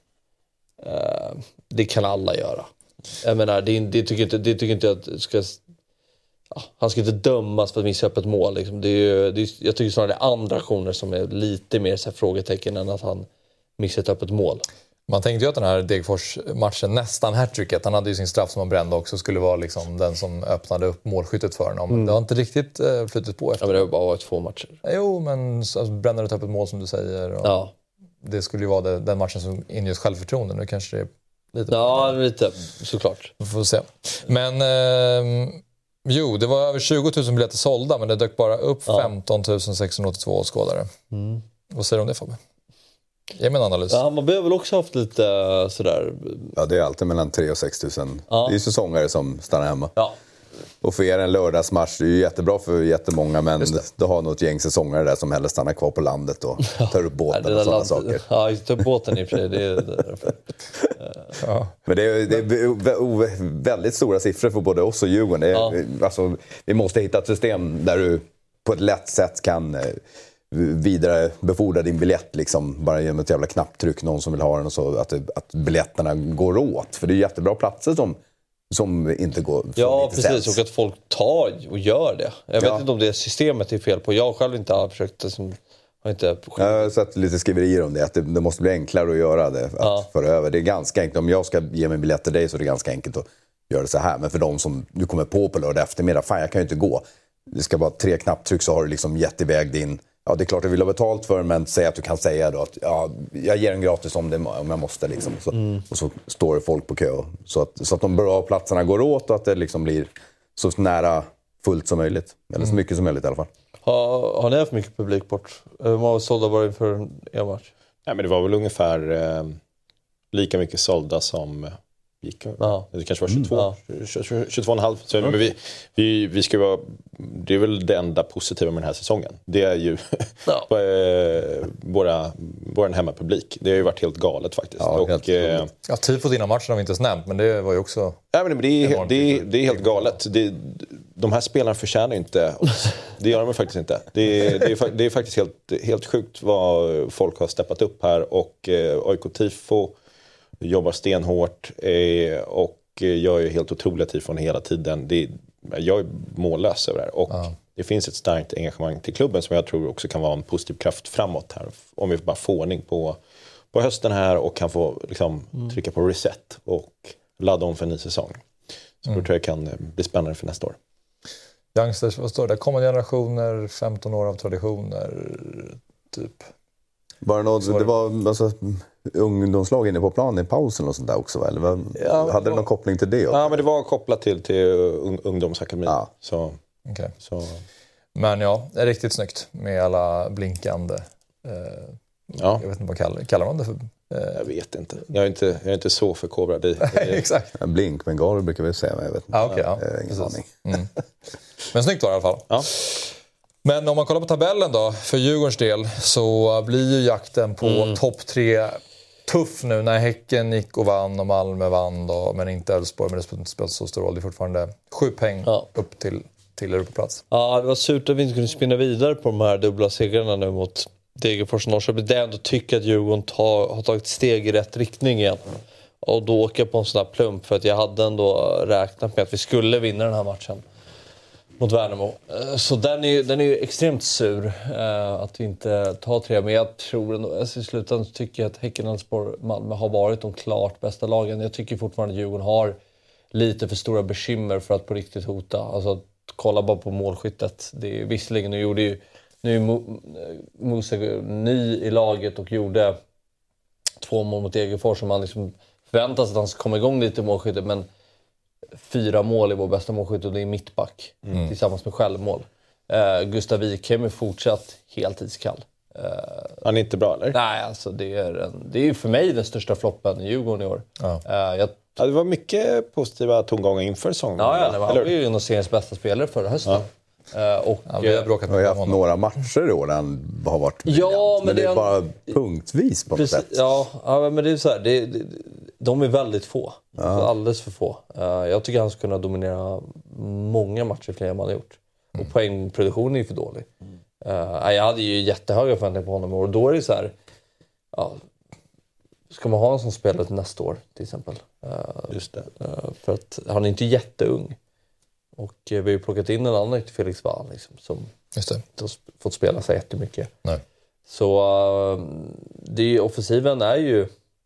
eh, det kan alla göra. Jag menar, det, det tycker inte, det tycker inte att ska, ja, han ska inte dömas för att missa upp ett mål. Liksom. Det är ju, det är, jag tycker snarare det är andra aktioner som är lite mer så här, frågetecken än att han missat upp ett mål. Man tänkte ju att den här Degerfors-matchen, nästan hattricket, han hade ju sin straff som han brände också, skulle vara liksom den som öppnade upp målskyttet för honom. Mm. Det har inte riktigt uh, flyttat på efter. Ja, men det har bara varit två matcher. Jo, men alltså, bränner du upp ett mål som du säger. Och ja. Det skulle ju vara det, den matchen som inger självförtroende. Nu kanske det är lite... Ja, lite. Såklart. Vi får se. Men... Uh, jo, det var över tjugo tusen biljetter sålda, men det dök bara upp ja. femton tusen sexhundraåttiotvå skådare. Mm. Vad säger du om det, Fabbe? Ge mig en analys. Ja, man behöver väl också haft lite sådär... Ja, det är alltid mellan tre och sex tusen. Ja. Det är ju säsongare som stannar hemma. Ja. Och för er en lördagsmatch, det är ju jättebra för jättemånga, men du har något gäng säsongare där som hellre stannar kvar på landet och tar upp båten och sådana land... saker. Ja, ta upp båten i och för sig. Det är därför. Ja. Men det är, det är väldigt stora siffror för både oss och Djurgården. Det är, ja. alltså, vi måste hitta ett system där du på ett lätt sätt kan vidare befordra din biljett liksom, bara genom ett jävla knapptryck, någon som vill ha den, och så att, att biljetterna går åt. För det är jättebra platser som, som inte går. Som ja, inte precis. säljs. Och att folk tar och gör det. Jag ja. vet inte om det systemet är fel på. Jag själv inte har försökt... Liksom, har inte... Jag har sett lite skriverier om det, att det, det måste bli enklare att göra det. Att ja. föra över. Det är ganska enkelt. Om jag ska ge mig biljett till dig så är det ganska enkelt att göra det så här. Men för de som du kommer på på lördag eftermiddag, fan jag kan ju inte gå. Det ska bara tre knapptryck så har du liksom gett iväg din... Ja, det är klart att du vill ha betalt för, men säg att du kan säga då att ja, jag ger den gratis om, det, om jag måste. Liksom. Så, mm. Och så står det folk på kö. Så att, så att de bra platserna går åt och att det liksom blir så nära fullt som möjligt. Eller så mycket som möjligt i alla fall. Har, har ni haft mycket publik bort? Hur många sålda var det inför en match? Nej, men det var väl ungefär eh, lika mycket sålda som... Eh, gick. Ja. Det kanske var tjugotvå, mm. tjugotvå komma fem. Så, mm. men vi, vi, vi ska vara, det är väl det enda positiva med den här säsongen. Det är ju ja. äh, våra, vår hemmapublik. Det har ju varit helt galet faktiskt. Ja, och, helt äh, ja, tid på dina matcher har vi inte ens nämnt, men det var ju också... Ja, men det, är, det, är, det är helt galet. Det, de här spelarna förtjänar inte oss. Det gör de faktiskt inte. Det är, det är, det är faktiskt helt, helt sjukt vad folk har steppat upp här. Och äh, A I K-tifo jobbar stenhårt eh, och jag är helt otrolig tifon hela tiden. Det, jag är mållös över det här. Och ja. det finns ett starkt engagemang till klubben som jag tror också kan vara en positiv kraft framåt här. Om vi bara får ordning på, på hösten här och kan få liksom, mm. trycka på reset och ladda om för en ny säsong. Så mm. då tror jag kan bli spännande för nästa år. Youngsters, vad står det? Kommande generationer, femton år av traditioner, typ. Bara något, det var alltså, ungdomslag inne på planen i pausen och sånt där också, eller? Var, ja, hade det någon koppling till det också? Ja, men det var kopplat till, till un, ungdomsakademin. Ja. Så, okay. så. Men ja, det är riktigt snyggt med alla blinkande... Eh, ja. Jag vet inte vad kallar, kallar man det för? Eh. Jag vet inte. Jag är inte, jag är inte så förkovrad i... Exakt. En blink, men gal brukar vi säga, men jag vet inte. Ah, okay, ja. Jag har ingen aning. Mm. Men snyggt var det i alla fall. Ja. Men om man kollar på tabellen då, för Djurgårdens del, så blir ju jakten på mm. topp tre tuff nu när Häcken gick och vann och Malmö vann då, men inte Elfsborg, men det spelar så stor roll. Det är fortfarande sju poäng ja. upp till, till Europaplats. Ja, det var surt att vi inte kunde spinna vidare på de här dubbla segrarna nu mot Degerfors och Norrköping. Det är ändå tycker att Djurgården tar, har tagit steg i rätt riktning igen. Och då åker jag på en sån här plump, för att jag hade ändå räknat med att vi skulle vinna den här matchen mot Värnamo. Så den är ju, den är ju extremt sur eh, att vi inte tar tre. Men jag tror ändå, alltså i slutändan tycker jag att Häcken, Elfsborg, Malmö har varit de klart bästa lagen. Jag tycker fortfarande att Djurgården har lite för stora bekymmer för att på riktigt hota. Alltså kolla bara på målskyttet. Det är visserligen, nu gjorde ju nu är Musa ny i laget och gjorde två mål mot Degerfors som man liksom förväntas att han ska komma igång lite i målskyttet, men fyra mål i vår bästa målskytt och det är mittback mm. tillsammans med självmål. Uh, Gustav Wikheim är fortsatt helt iskall. Uh, Han är inte bra, eller? Nej, alltså det är, en, det är för mig den största floppen i Djurgården i år. Ja. Uh, jag, ja, det var mycket positiva tongångar inför säsongen. Ja, ja, det var ju en av seriens bästa spelare förra hösten. Ja. Uh, och, ja, vi har bråkat med haft några matcher i år där han har varit ja, men, men det är han, bara punktvis på något sätt. Ja, ja, men det är så här, det, det, de är väldigt få. Ja. Alldeles för få. Uh, jag tycker han ska kunna dominera många matcher fler än man har gjort. Mm. Och poängproduktionen är ju för dålig. Uh, jag hade ju jättehöga förväntningar på honom och då är det så här, ja, ska man ha en som spelar till nästa år till exempel? Just det. För att han är inte jätteung. Och vi har ju plockat in en annan till Felix Wall liksom, som Just det. inte har fått spela sig jättemycket. Nej. Så uh, det är, offensiven är ju...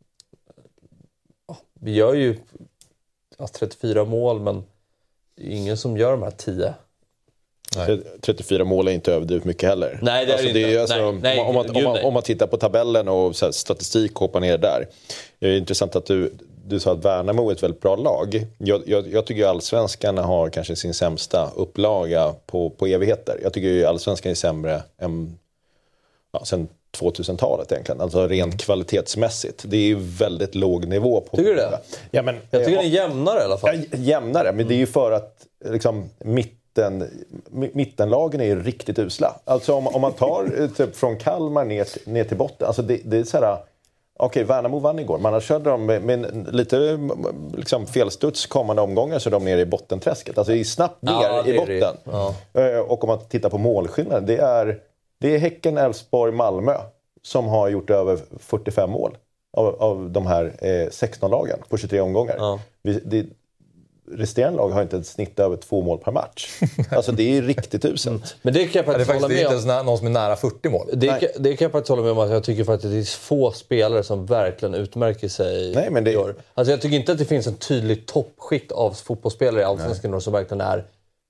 Uh, vi gör ju uh, trettiofyra mål, men det är ingen som gör de här tio. Nej. trettiofyra mål är inte överdrivet mycket heller. Nej, det är alltså, det inte. Är, alltså, nej, nej, om, man, om, man, om man tittar på tabellen och så här, statistik hoppar ner där. Det är intressant att du, du sa att Värnamo är ett väldigt bra lag. Jag, jag, jag tycker att Allsvenskan har kanske sin sämsta upplaga på, på evigheter. Jag tycker att Allsvenskan är sämre än ja, sen tvåtusentalet egentligen. Alltså rent kvalitetsmässigt. Det är ju väldigt låg nivå på. Tycker du det? Ja, men, jag tycker det är jämnare i alla fall. Ja, jämnare, men det är ju för att liksom, mitten, mittenlagen är ju riktigt usla. Alltså om, om man tar typ från Kalmar ner, ner till botten. Alltså det, det är så här... Okej, Värnamo vann igår. Man har kört dem med, med lite liksom, felstuds kommande omgångar så är de nere i bottenträsket. Alltså det är snabbt ner ja, i botten. Ja. Och om man tittar på målskillnaden, det är, det är Häcken, Elfsborg, Malmö som har gjort över fyrtiofem mål av, av de här eh, sexton-lagen på tjugotre omgångar. Ja. Vi, det, resterande lag har inte ett snitt över två mål per match. Alltså det är riktigt uselt. Men det kan jag faktiskt det är hålla med om. Det är inte ens någon som är nära fyrtio mål. Det, kan, det kan jag faktiskt hålla med om att jag tycker faktiskt att det är få spelare som verkligen utmärker sig. Nej, men det... gör. Alltså jag tycker inte att det finns en tydlig toppskikt av fotbollsspelare i Allsvenskan som verkligen är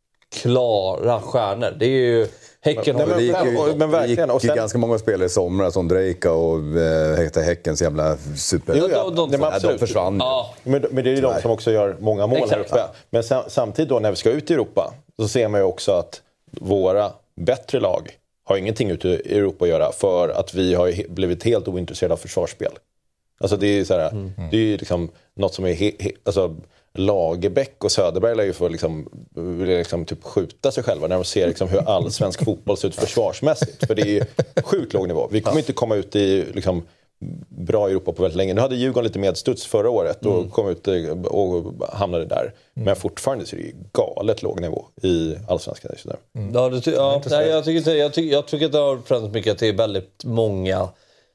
klara stjärnor. Det är ju Häcken men, har det gick ju, men verkligen. gick och sen, ganska många spelare i somras som Drejka och äh, Häckens jävla super... Jo, ja, de, de, de, de försvann. Ja. Men, men det är ju de som också gör många mål Exakt. här uppe. Men sam, samtidigt då när vi ska ut i Europa så ser man ju också att våra bättre lag har ingenting ute i Europa att göra för att vi har blivit helt ointresserade av försvarsspel. Alltså det är ju så här, mm. det är ju liksom något som är he, he, alltså Lagerbäck och Söderberg lär ju få liksom, liksom typ skjuta sig själva när de ser liksom hur all svensk fotboll ser ut försvarsmässigt. För det är ju sjukt låg nivå. Vi kommer inte komma ut i liksom, bra Europa på väldigt länge. Nu hade Djurgården lite medstuds förra året och mm. kom ut och hamnade där. Mm. Men fortfarande så är det ju galet låg nivå i allsvenskan just nu. Mm. Ja, det, ja, nej, jag, tycker, jag, tycker, jag tycker att det har främst mycket att det är väldigt många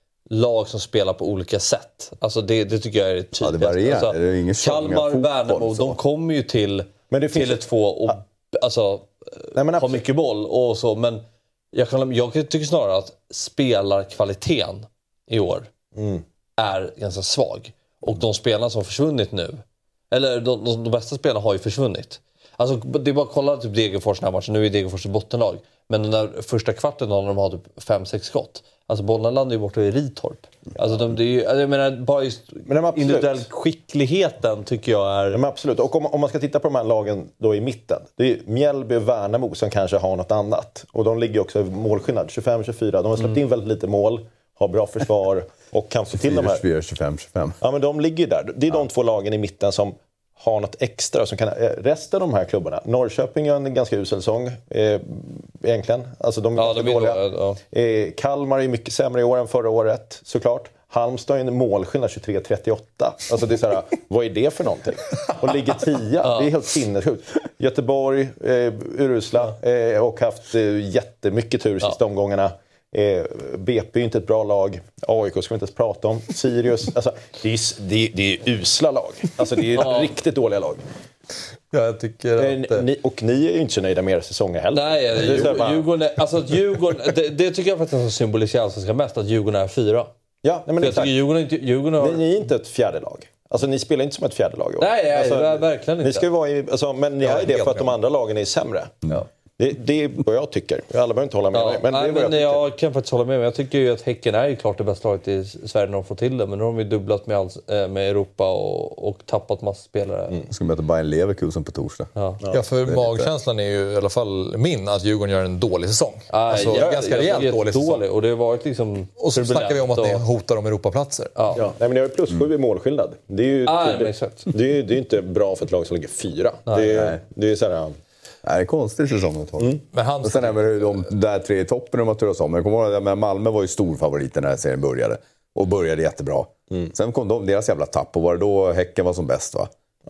lag som spelar på olika sätt. Alltså det, det tycker jag är tydligt. Ja, det varierar. Alltså, det är ingen Kalmar, Värnamo, de kommer ju till Tele två och ah. alltså, nej, men har mycket boll och så. Men jag, kan, jag tycker snarare att spelarkvaliteten i år mm. är ganska svag. Och de spelarna som har försvunnit nu, eller de, de, de bästa spelarna har ju försvunnit. Alltså det är bara att kolla typ Degerfors den här matchen. Nu är Degerfors ett bottenlag. Men den där första kvarten när de har typ fem sex skott. Alltså bollen landar ju borta i Ritorp. Alltså de, det är ju, jag menar, bara just men individuell skickligheten tycker jag är... Men absolut, och om, om man ska titta på de här lagen då i mitten. Det är Mjällby och Värnamo som kanske har något annat. Och de ligger också i målskillnad, tjugofem tjugofyra. De har släppt mm. in väldigt lite mål, har bra försvar och kan få till de här... tjugofem tjugofem. Ja, men de ligger ju där. Det är ja. de två lagen i mitten som har något extra som kan resten av de här klubbarna. Norrköping är en ganska usel säsong eh, egentligen. Alltså de är ja, de är dåliga. Då, ja. eh, Kalmar är mycket sämre i år än förra året såklart. Halmstad är en målskillnad tjugotre trettioåtta. Alltså det är så här, vad är det för någonting? Och ligger tia. Ja. Det är helt sinnessjukt. Göteborg eh, urusla eh, och haft eh, jättemycket tur sista ja. omgångarna. Eh, B P är inte ett bra lag. A I K ska vi inte ens prata om. Sirius, alltså, det, är, det, är, det är usla lag. Alltså det är ja. riktigt dåliga lag. Ja, jag tycker att... eh, ni, och ni är ju inte så nöjda med era säsonger heller. Nej, det Djurgården, bara... Djurgården, alltså Djurgården det, det tycker jag faktiskt symboliserar allsvenskan mest, att Djurgården är fyra. Ja, nej, men jag tycker Djurgården, inte, Djurgården har... Ni är inte ett fjärde lag. Alltså ni spelar inte som ett fjärde lag i år. Nej, nej alltså, verkligen inte. Ni ska ju vara i, alltså, men ni ja, har ju det för att de andra lagen är sämre. Ja. Det, det är vad jag tycker. Alla behöver inte hålla med ja, mig. Men nej, det är men jag, jag kan faktiskt hålla med mig. Jag tycker ju att Häcken är ju klart det bästa laget i Sverige när de får till det. Men nu har de ju dubblat med, alls, med Europa och, och tappat massa spelare. Mm. Ska möta Bayern Leverkusen på torsdag. Ja, ja för magkänslan är ju i alla fall min att Djurgården gör en dålig säsong. Ah, alltså ja, ganska rejält dålig säsong. Dålig, och det har varit liksom... Och så snackar vi om att ni hotar om Europaplatser. Ja. Ja. Nej, men ni har ju plus sju i målskillnad. Det är ju ah, det, det, det är inte bra för ett lag som ligger fyra. Nej, det, nej. det är så här... Det är en konstig säsong att ta. Mm. Men han... Och sen är det de där tre i toppen de har turas om. Jag kommer ihåg att Malmö var ju stor favorit när serien började. Och började jättebra. Mm. Sen kom de, deras jävla tapp. Och var det då Häcken var som bäst, va? Ja.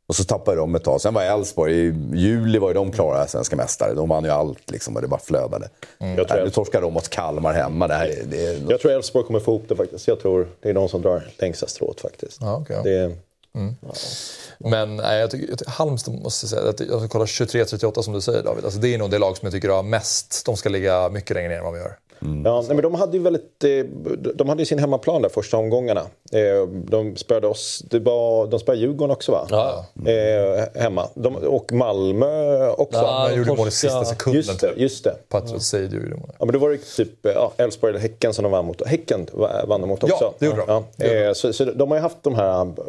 Och så tappade de ett tag. Sen var Elfsborg, i juli var ju de klara svenska mästare. De vann ju allt liksom, och det bara flödade. Mm. Jag tror äh, nu torskar de mot Kalmar hemma. Det här är, det är något... Jag tror Elfsborg kommer få ihop det faktiskt. Jag tror det är de som drar längsta strået faktiskt. Ja, okay, ja. Det... Mm. Ja. Men nej, jag tycker, jag tycker Halmstad måste säga att jag ska kolla tjugotre trettioåtta som du säger, David. Alltså, det är nog det lag som jag tycker har mest. De ska ligga mycket längre ner än vad vi gör. Mm. Ja, nej, men de hade ju väldigt de hade ju sin hemmaplan där första omgångarna. De spöade oss, det var, de spöade Djurgården också va? Ja. Eh, hemma. De, och Malmö också. Ja, de gjorde mål i sista sekunden. Just det, just det. Patrick Seid gjorde mål. Ja, men det var ju typ ja, Elfsborg eller Häcken som de vann mot. Häcken vann de mot också. Ja, det gjorde de. Ja. Eh, så, så de har ju haft de här eh,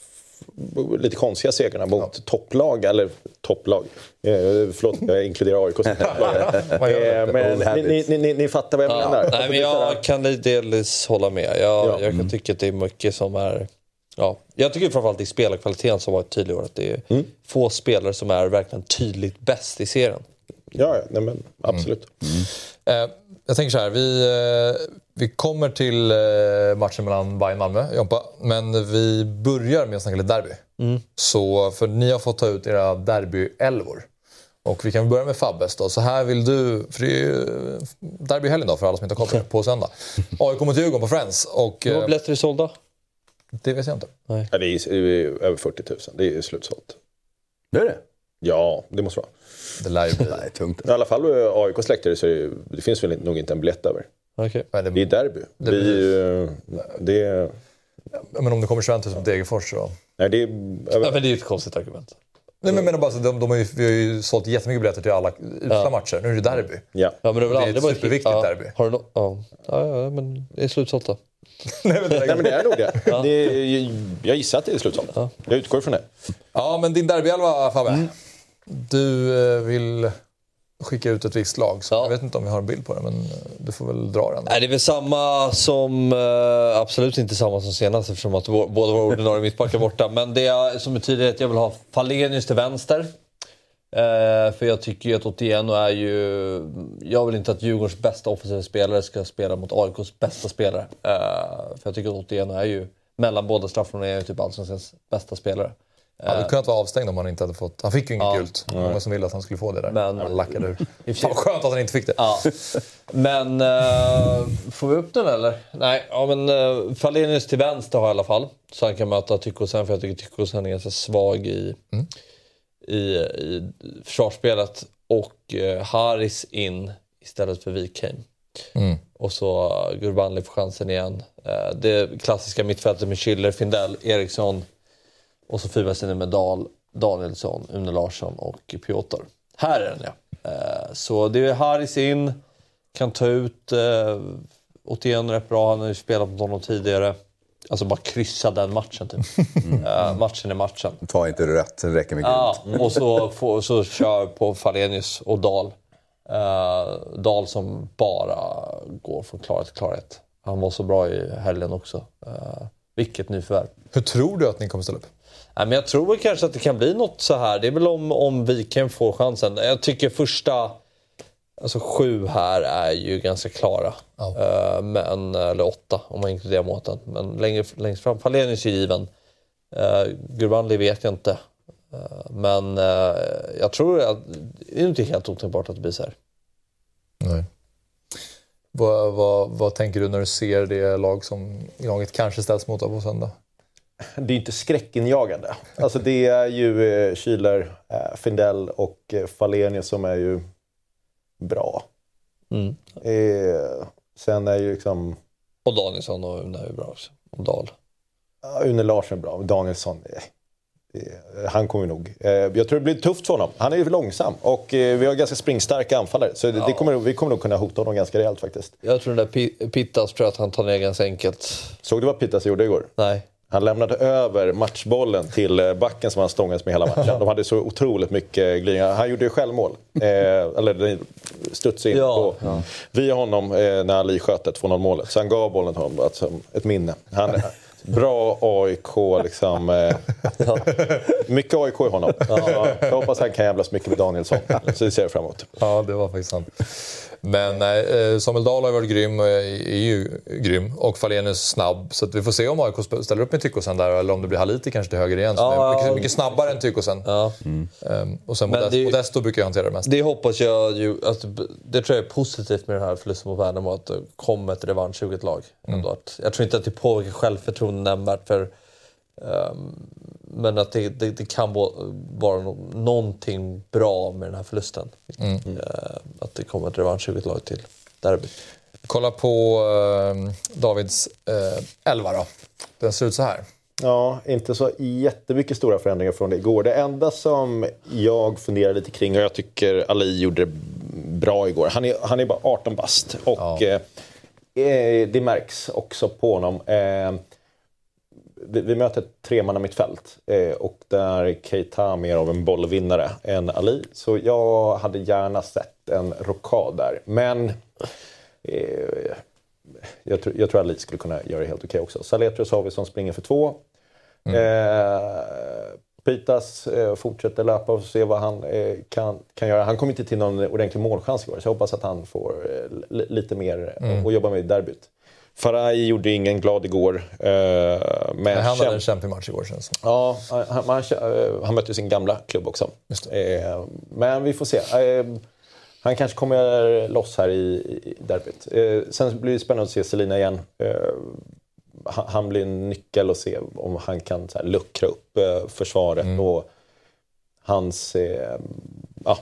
lite konstiga segrarna mot ja. topplag, eller topplag. Eh, förlåt, jag inkluderar A I K som topplag. eh, men ni, ni, ni, ni fattar vad jag ja. menar. Nej, men jag kan delvis hålla med. Jag, ja. jag kan mm. tycka att det är mycket som är... Ja. Jag tycker framförallt det är spelarkvaliteten som var tydlig. Att det är mm. få spelare som är verkligen tydligt bäst i serien. Ja, nej, men absolut. Mm. Mm. Eh, jag tänker så här, vi, eh, vi kommer till eh, matchen mellan Bayern och Malmö, Jompa, men vi börjar med att snacka lite derby. Mm. Så, för ni har fått ta ut era derby-elvor. Och vi kan börja med Fabbes då. Så här vill du, för det är ju derby-helgen då för alla som inte har koll på söndag. A I K mot Djurgården på Friends. Och, hur många biljetter är sålda? Det vet jag inte. Nej. Ja, det, är, det är över fyrtio tusen, det är slutsålt. Det är det? Ja, det måste vara. Det lär ju bli Nej, tungt. I alla fall A I K-släktare så det, det finns väl nog inte en biljett över. Okay. Det, det är derby. Det, vi, det är... Ja, men om det kommer tjugoett tusen mot Degerfors så... Nej, det är... Ja, men det är ju ett konstigt argument. Nej, men jag menar bara så, de, de har ju, vi har ju sålt jättemycket biljetter till alla usla ja. matcher. Nu är det derby. Ja. Ja, men det är, väl det är ett superviktigt ja. derby. Har du no... ja. Ja, ja, men det är slutsålt då. Nej, men det, Nej, men det är nog det. Ja. det är, jag gissar att det är slutsålt. Ja. Jag utgår ifrån det. Ja, men din derbyelva, Fabbe. Mm. Du eh, vill skicka ut ett visst lag. Så ja. Jag vet inte om vi har en bild på det, men du får väl dra den. Nej, det är väl samma som... Uh, absolut inte samma som senast eftersom att vår, båda våra ordinarie mittbackar är borta. Men det är, som betyder att jag vill ha Falenius till vänster. Uh, för jag tycker ju att Otieno är ju... Jag vill inte att Djurgårdens bästa offensiva spelare ska spela mot A I K:s bästa spelare. Uh, för jag tycker att Otieno är ju... Mellan båda straffarna är ju typ Allsvenskans bästa spelare. Han hade kunnat vara avstängd om han inte hade fått... Han fick ju inget ja. gult. Många mm. som ville att han skulle få det där. Men, han lackade ur. Fan, skönt att han inte fick det. Ja. Men uh, får vi upp den eller? Nej, ja, men uh, Falenius till vänster har i alla fall. Så han kan möta Tyckosen, för jag tycker Tyckosen är ganska svag i, mm. i, i försvarsspelet. Och uh, Haris in istället för Wikheim. Mm. Och så uh, Gurbanli får chansen igen. Uh, det klassiska mittfältet med Schiller, Findell, Eriksson. Och så fyrbacksinne med Dahl, Danielsson, Une Larsson och Piotr. Här är den, ja. Eh, så det är Haris in. Kan ta ut eh, Otieno rätt bra. Han har ju spelat mot honom tidigare. Alltså bara kryssa den matchen typ. Mm. Eh, matchen är matchen. Ta inte det rätt, det räcker med ja, gult. Och så, får, så kör på Falenius och Dahl. Eh, Dahl som bara går från klarhet till klarhet. Han var så bra i helgen också. Eh, vilket nyförvärv. Hur tror du att ni kommer ställa upp? Ja, men jag tror väl kanske att det kan bli något så här. Det är väl om, om Wikheim får chansen. Jag tycker första alltså sju här är ju ganska klara. Oh. Uh, men, eller åtta om man inkluderar måten. Men längre, längst fram. Falenius är given. Uh, Gurbanli vet jag inte. Uh, men uh, jag tror att det är inte helt otänkbart att det blir så här. Nej. Vad, vad, vad tänker du när du ser det lag som laget kanske ställs mot på söndag? Det är inte skräckinjagande. Alltså det är ju eh, Schiller, eh, Findell och eh, Falenius som är ju bra. Mm. Eh, sen är ju liksom... Och Danielsson och Une är ju bra också. Och Dahl. Ja, Une Larsson är bra. Danielsson, eh, eh, han kommer nog... Eh, jag tror det blir tufft för honom. Han är ju långsam. Och eh, vi har ganska springstarka anfallare. Så det, ja. det kommer, vi kommer nog kunna hota honom ganska rejält faktiskt. Jag tror den där P- Pittas tror jag att han tar ner ganska enkelt. Såg du vad Pittas gjorde igår? Nej. Han lämnade över matchbollen till backen som han stångades med hela matchen. De hade så otroligt mycket glidningar. Han gjorde ju självmål. Eh, eller studsade in ja, på ja. via honom eh, när Ali sköt ett två noll-målet. Så han gav bollen till honom alltså, ett minne. Han, bra A I K liksom. Eh, mycket A I K i honom. Ja, jag hoppas han kan jävlas mycket med Danielsson. Så det ser jag fram emot. Ja, det var faktiskt sant. Men nej, Samuel Dahl har varit grym och är ju grym. Och Falenius snabb. Så att vi får se om A I K ställer upp med Tykosen där. Eller om det blir Haliti kanske till höger igen. Så ja, mycket, mycket snabbare än Tykosen. Ja. Mm. Um, och sen Modest, det, Modesto brukar jag hantera det mest. Det hoppas jag ju. Att, det tror jag är positivt med den här förlusten mot Värnamo. Att det kommer ett revanschsuget lag. Mm. Att, jag tror inte att det påverkar självförtroende nämnvärt. För, um, men att det, det, det kan vara någonting bra med den här förlusten. Mm. Uh, att det kommer ett revanschsuget lag till derby. Kolla på uh, Davids uh, elva då. Den ser ut så här. Ja, inte så jättemycket stora förändringar från det igår. Det enda som jag funderar lite kring, och jag tycker Ali gjorde det bra igår. Han är, han är bara arton bast. Och ja. eh, det märks också på honom. Eh, vi, vi möter ett tremanna mittfält. Eh, och där Keita mer av en bollvinnare än Ali. Så jag hade gärna sett en rockad där. Men... Eh, jag, tror, jag tror att Ali skulle kunna göra det helt okej också. Saletros har vi som springer för två. Mm. Eh, Pitas eh, fortsätter löpa och se vad han eh, kan, kan göra. Han kom inte till någon ordentlig målchans igår. Så jag hoppas att han får eh, lite mer mm. och jobba med i derbyt. Faraj gjorde ingen glad igår. Eh, men han hade en kämpig match igår. Känns ja, han, han, han mötte sin gamla klubb också. Eh, men vi får se. Eh, Han kanske kommer loss här i, i derbyt. Eh, sen blir det spännande att se Selina igen. Eh, han, han blir en nyckel att se om han kan så här, luckra upp eh, försvaret. Mm. Och hans eh, ja,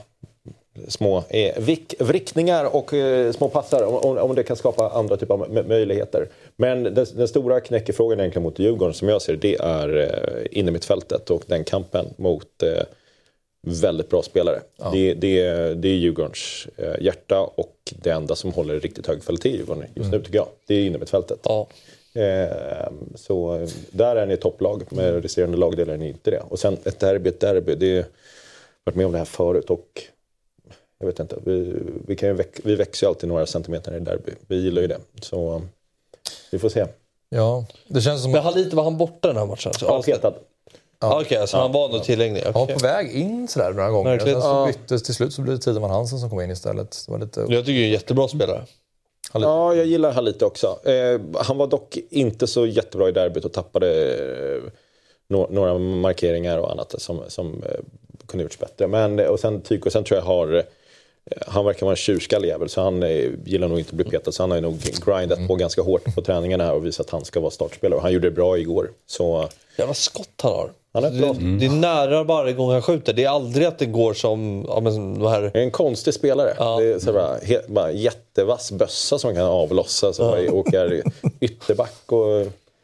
små eh, vik, vrickningar och eh, små passar. Om, om det kan skapa andra typer av m- möjligheter. Men den, den stora knäckefrågan egentligen mot Djurgården som jag ser det är eh, inne mittfältet och den kampen mot... Eh, väldigt bra spelare. Ja. Det, det, det är Djurgårdens eh, hjärta och det enda som håller riktigt hög kvalitet i Djurgården just mm. nu tycker jag. Det är inne med fältet. Ja. Eh, så där är ni topplag med resterande lagdelar är ni inte det. Och sen ett derby, ett derby. Det har varit med om det här förut och jag vet inte. Vi, vi, kan ju väx, vi växer ju alltid några centimeter i derby. Vi gillar ju det. Så vi får se. Ja, det känns som... Men han lite var han borta den här matchen? Ja, petad. Ja. Okej, okay, så ja. Han var nog tillgänglig. Okay. Han var på väg in sådär några gånger. Och sen så byttes till slut så blev det Tideman Hansen som kom in istället. Det var lite... Jag tycker det är en jättebra spelare. Halit. Ja, jag gillar Halit också. Eh, han var dock inte så jättebra i derbyt och tappade eh, no- några markeringar och annat som, som eh, kunde gjorts bättre. Men, och sen Tyko, sen tror jag har... Eh, han verkar vara en tjurskallig jävel så han eh, gillar nog inte att bli petad. Så han har ju nog grindat mm. på ganska hårt på träningarna här och visat att han ska vara startspelare. Och han gjorde det bra igår. Så... Jävla skott han har. Han är det, mm. det är nära varje gång han skjuter. Det är aldrig att det går som... Ja, men, det här... är en konstig spelare. Ja. Det är så bara, he, bara jättevass bössa som kan avlossa. Som ja. åker ytterback och...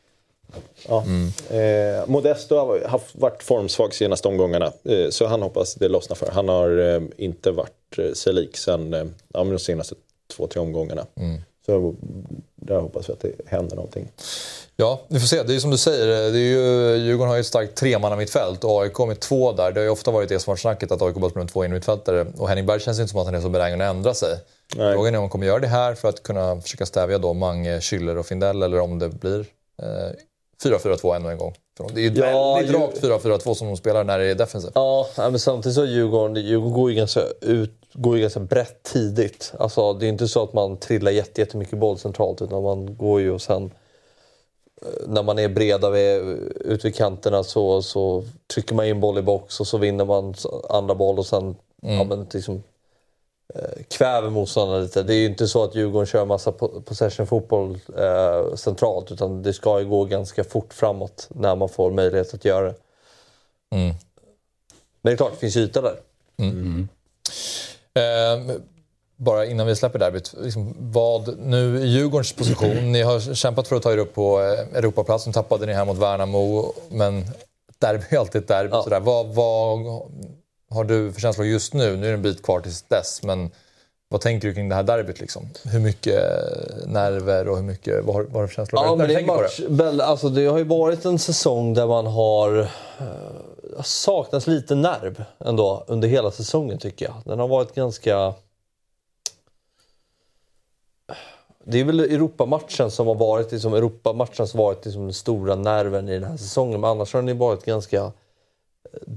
Ja. Mm. Eh, Modesto har haft, varit formsvag senaste omgångarna. Eh, så han hoppas det lossnar för. Han har eh, inte varit eh, sig lik sen eh, ja, de senaste två, tre omgångarna. Mm. Så där hoppas vi att det händer någonting. Ja, vi får se. Det är som du säger. Det är ju, Djurgården har ju ett starkt tremanna mittfält och A I K med två där. Det har ju ofta varit det som har snacket att A I K bara spelar med två in mittfältare. Och Henning Berg känns inte som att han är så benägen att ändra sig. Nej. Frågan är om han kommer göra det här för att kunna försöka stävja då Mange, Schüller och Findell eller om det blir eh, fyra fyra två ännu en gång. Det är ju ja, väldigt rakt fyra fyra två som de spelar när det är defensivt. Ja, men samtidigt så är Djurgården, Djurgården går ju ganska ut går ju ganska brett tidigt. Alltså det är inte så att man trillar jätte, jättemycket boll centralt utan man går ju och sen när man är breda vid, ut vid kanterna så, så trycker man in boll i box och så vinner man andra boll och sen mm. ja, men liksom, eh, kväver motståndarna lite. Det är ju inte så att Djurgården kör massa possession-fotboll eh, centralt utan det ska ju gå ganska fort framåt när man får möjlighet att göra det. Mm. Men det är klart, det finns yta där. Mm. Mm. Eh, bara innan vi släpper derbyt, liksom, vad nu i Djurgårdens position, ni har kämpat för att ta er upp på Europaplatsen, tappade ni här mot Värnamo, men derby är alltid ett derby. Ja. Sådär. Vad, vad har du för känslor just nu? Nu är det en bit kvar tills dess, men vad tänker du kring det här derbyt? Liksom? Hur mycket nerver och hur mycket, vad har, vad har du för känslor? Ja, men det, är match, det? Alltså, det har ju varit en säsong där man har uh, saknats lite nerv ändå under hela säsongen tycker jag. Den har varit ganska... Det är väl Europamatchen som har varit liksom, Europamatchen som har varit liksom, den stora nerven i den här säsongen. Men annars har den varit ganska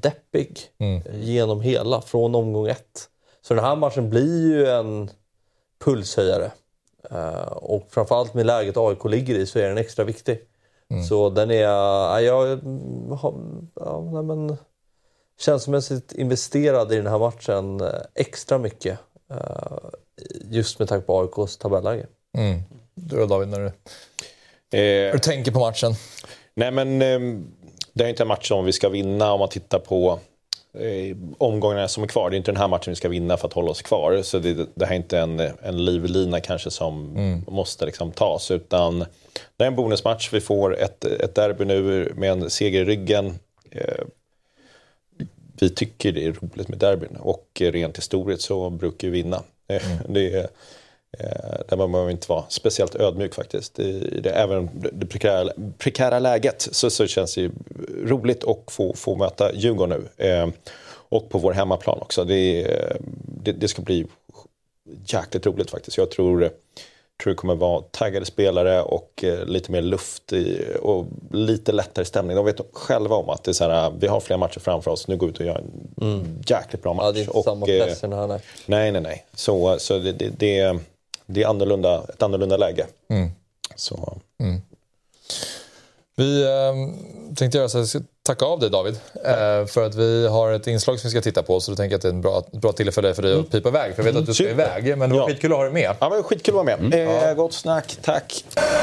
deppig mm. genom hela, från omgång ett. Så den här matchen blir ju en pulshöjare. Uh, och framförallt med läget A I K ligger i så är den extra viktig. Mm. Så den är... Uh, jag uh, ja, men, känslomässigt investerad i den här matchen uh, extra mycket. Uh, just med tanke på A I K:s tabelläge. Mm. Du då David, när du, eh, du tänker på matchen? Nej men eh, det är inte en match som vi ska vinna om man tittar på eh, omgångarna som är kvar. Det är inte den här matchen vi ska vinna för att hålla oss kvar. Så det, det här är inte en, en livlina kanske som mm. måste liksom tas. Utan det är en bonusmatch. Vi får ett, ett derby nu med en seger i ryggen. Eh, vi tycker det är roligt med derbyn. Och rent historiskt så brukar vi vinna. Mm. Det är... Där man behöver inte vara speciellt ödmjuk faktiskt. I det, även det prekära, prekära läget så, så känns det ju roligt att få, få möta Djurgården nu. Eh, och på vår hemmaplan också. Det, det, det ska bli jäkligt roligt faktiskt. Jag tror, tror det kommer vara taggade spelare och eh, lite mer luft i, och lite lättare stämning. De vet själva om att det är så här, vi har flera matcher framför oss. Nu går vi ut och gör en mm. jäkligt bra match. Ja, det är inte och, samma press än här, nej. Nej, nej, nej. Så, så det, det, det Det är annorlunda, ett annorlunda läge. Mm. Så. Mm. Vi äh, tänkte göra så att tacka av dig David. Äh, för att vi har ett inslag som vi ska titta på. Så då tänker jag att det är en bra, bra tillfälle för dig att mm. pipa iväg. För jag vet att du ska Super. iväg. Men det var ja. skitkul att ha dig med. Ja, men skitkul att vara med. Mm. Eh, ja. Gott snack, tack.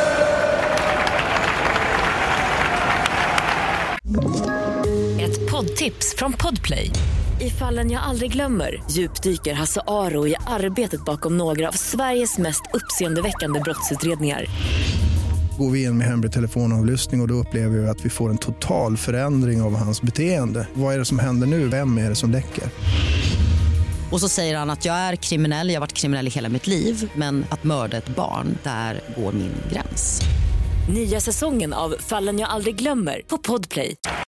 Ett poddtips från Podplay. I Fallen jag aldrig glömmer djupdyker Hasse Aro i arbetet bakom några av Sveriges mest uppseendeväckande brottsutredningar. Går vi in med hemlig telefonavlyssning och, och då upplever vi att vi får en total förändring av hans beteende. Vad är det som händer nu? Vem är det som läcker? Och så säger han att jag är kriminell, jag har varit kriminell i hela mitt liv. Men att mörda ett barn, där går min gräns. Nya säsongen av Fallen jag aldrig glömmer på Podplay.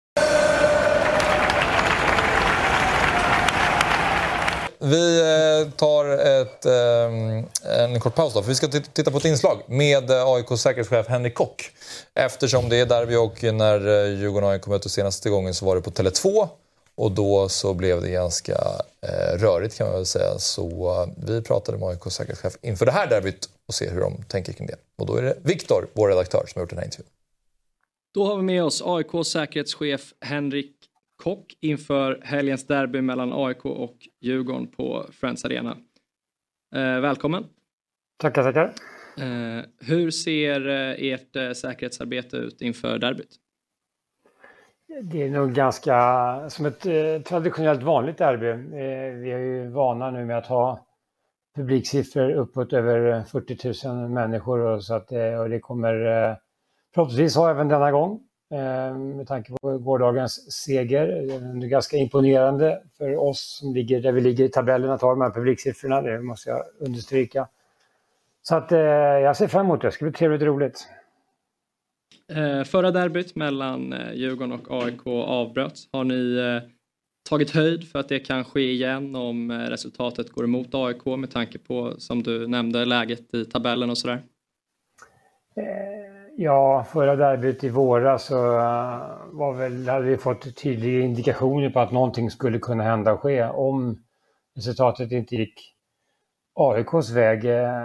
Vi tar ett, en kort paus då, för vi ska titta på ett inslag med A I K:s säkerhetschef Henrik Kock. Eftersom det är derby och när Djurgården och A I K mötte senaste gången så var det på Tele två. Och då så blev det ganska eh, rörigt kan man väl säga. Så vi pratade med A I K:s säkerhetschef inför det här derbyt och se hur de tänker kring det. Och då är det Viktor, vår redaktör, som har gjort den här intervjun. Då har vi med oss A I K:s säkerhetschef Henrik Kock inför helgens derby mellan A I K och Djurgården på Friends Arena. Eh, välkommen. Tackar, tackar. Eh, hur ser eh, ert eh, säkerhetsarbete ut inför derbyt? Det är nog ganska som ett eh, traditionellt vanligt derby. Eh, vi är ju vana nu med att ha publiksiffror uppåt över fyrtio tusen människor. Och, så att, eh, och det kommer eh, förhoppningsvis ha även denna gång. Med tanke på gårdagens seger. Det är ganska imponerande för oss som ligger där vi ligger i tabellen att ha de här publiksiffrorna. Det måste jag understryka. Så att eh, jag ser fram emot det. Det ska bli trevligt och roligt. Eh, förra derbyt mellan eh, Djurgården och A I K avbröts. Har ni eh, tagit höjd för att det kan ske igen om eh, resultatet går emot A I K med tanke på, som du nämnde, läget i tabellen och sådär? Eh, Ja, förra derbyt i våra så var väl, hade vi fått tydliga indikationer på att någonting skulle kunna hända och ske om resultatet inte gick A I K:s väg.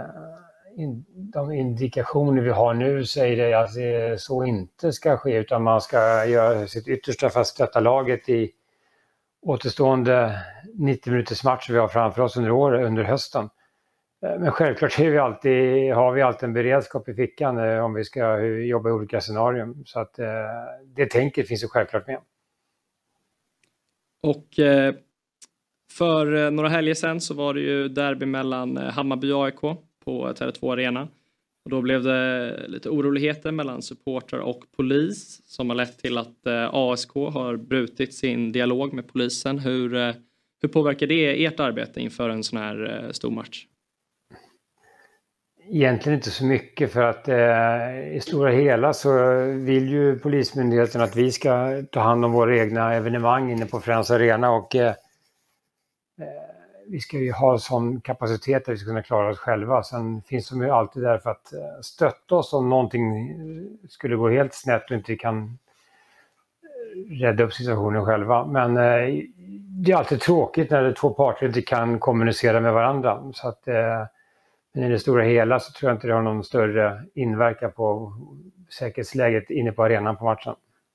De indikationer vi har nu säger att det så inte ska ske, utan man ska göra sitt yttersta för att stötta laget i återstående nittio minuters match vi har framför oss under året, under hösten. Men självklart är vi alltid, har vi alltid en beredskap i fickan om vi ska jobba i olika scenarier. Så att det tänket finns ju självklart med. Och för några helger sedan så var det ju derby mellan Hammarby och A I K på Tele två Arena. Och då blev det lite oroligheter mellan supportrar och polis som har lett till att A S K har brutit sin dialog med polisen. Hur, hur påverkar det ert arbete inför en sån här stor match? Egentligen inte så mycket, för att eh, i stora hela så vill ju polismyndigheten att vi ska ta hand om våra egna evenemang inne på Friends Arena, och eh, vi ska ju ha sån kapacitet att vi ska kunna klara oss själva. Sen finns de ju alltid där för att stötta oss om någonting skulle gå helt snett och inte kan rädda upp situationen själva. Men eh, det är alltid tråkigt när det två parter inte kan kommunicera med varandra. Så att eh, Men i det stora hela så tror jag inte det har någon större inverkan på säkerhetsläget inne på arenan på matchen.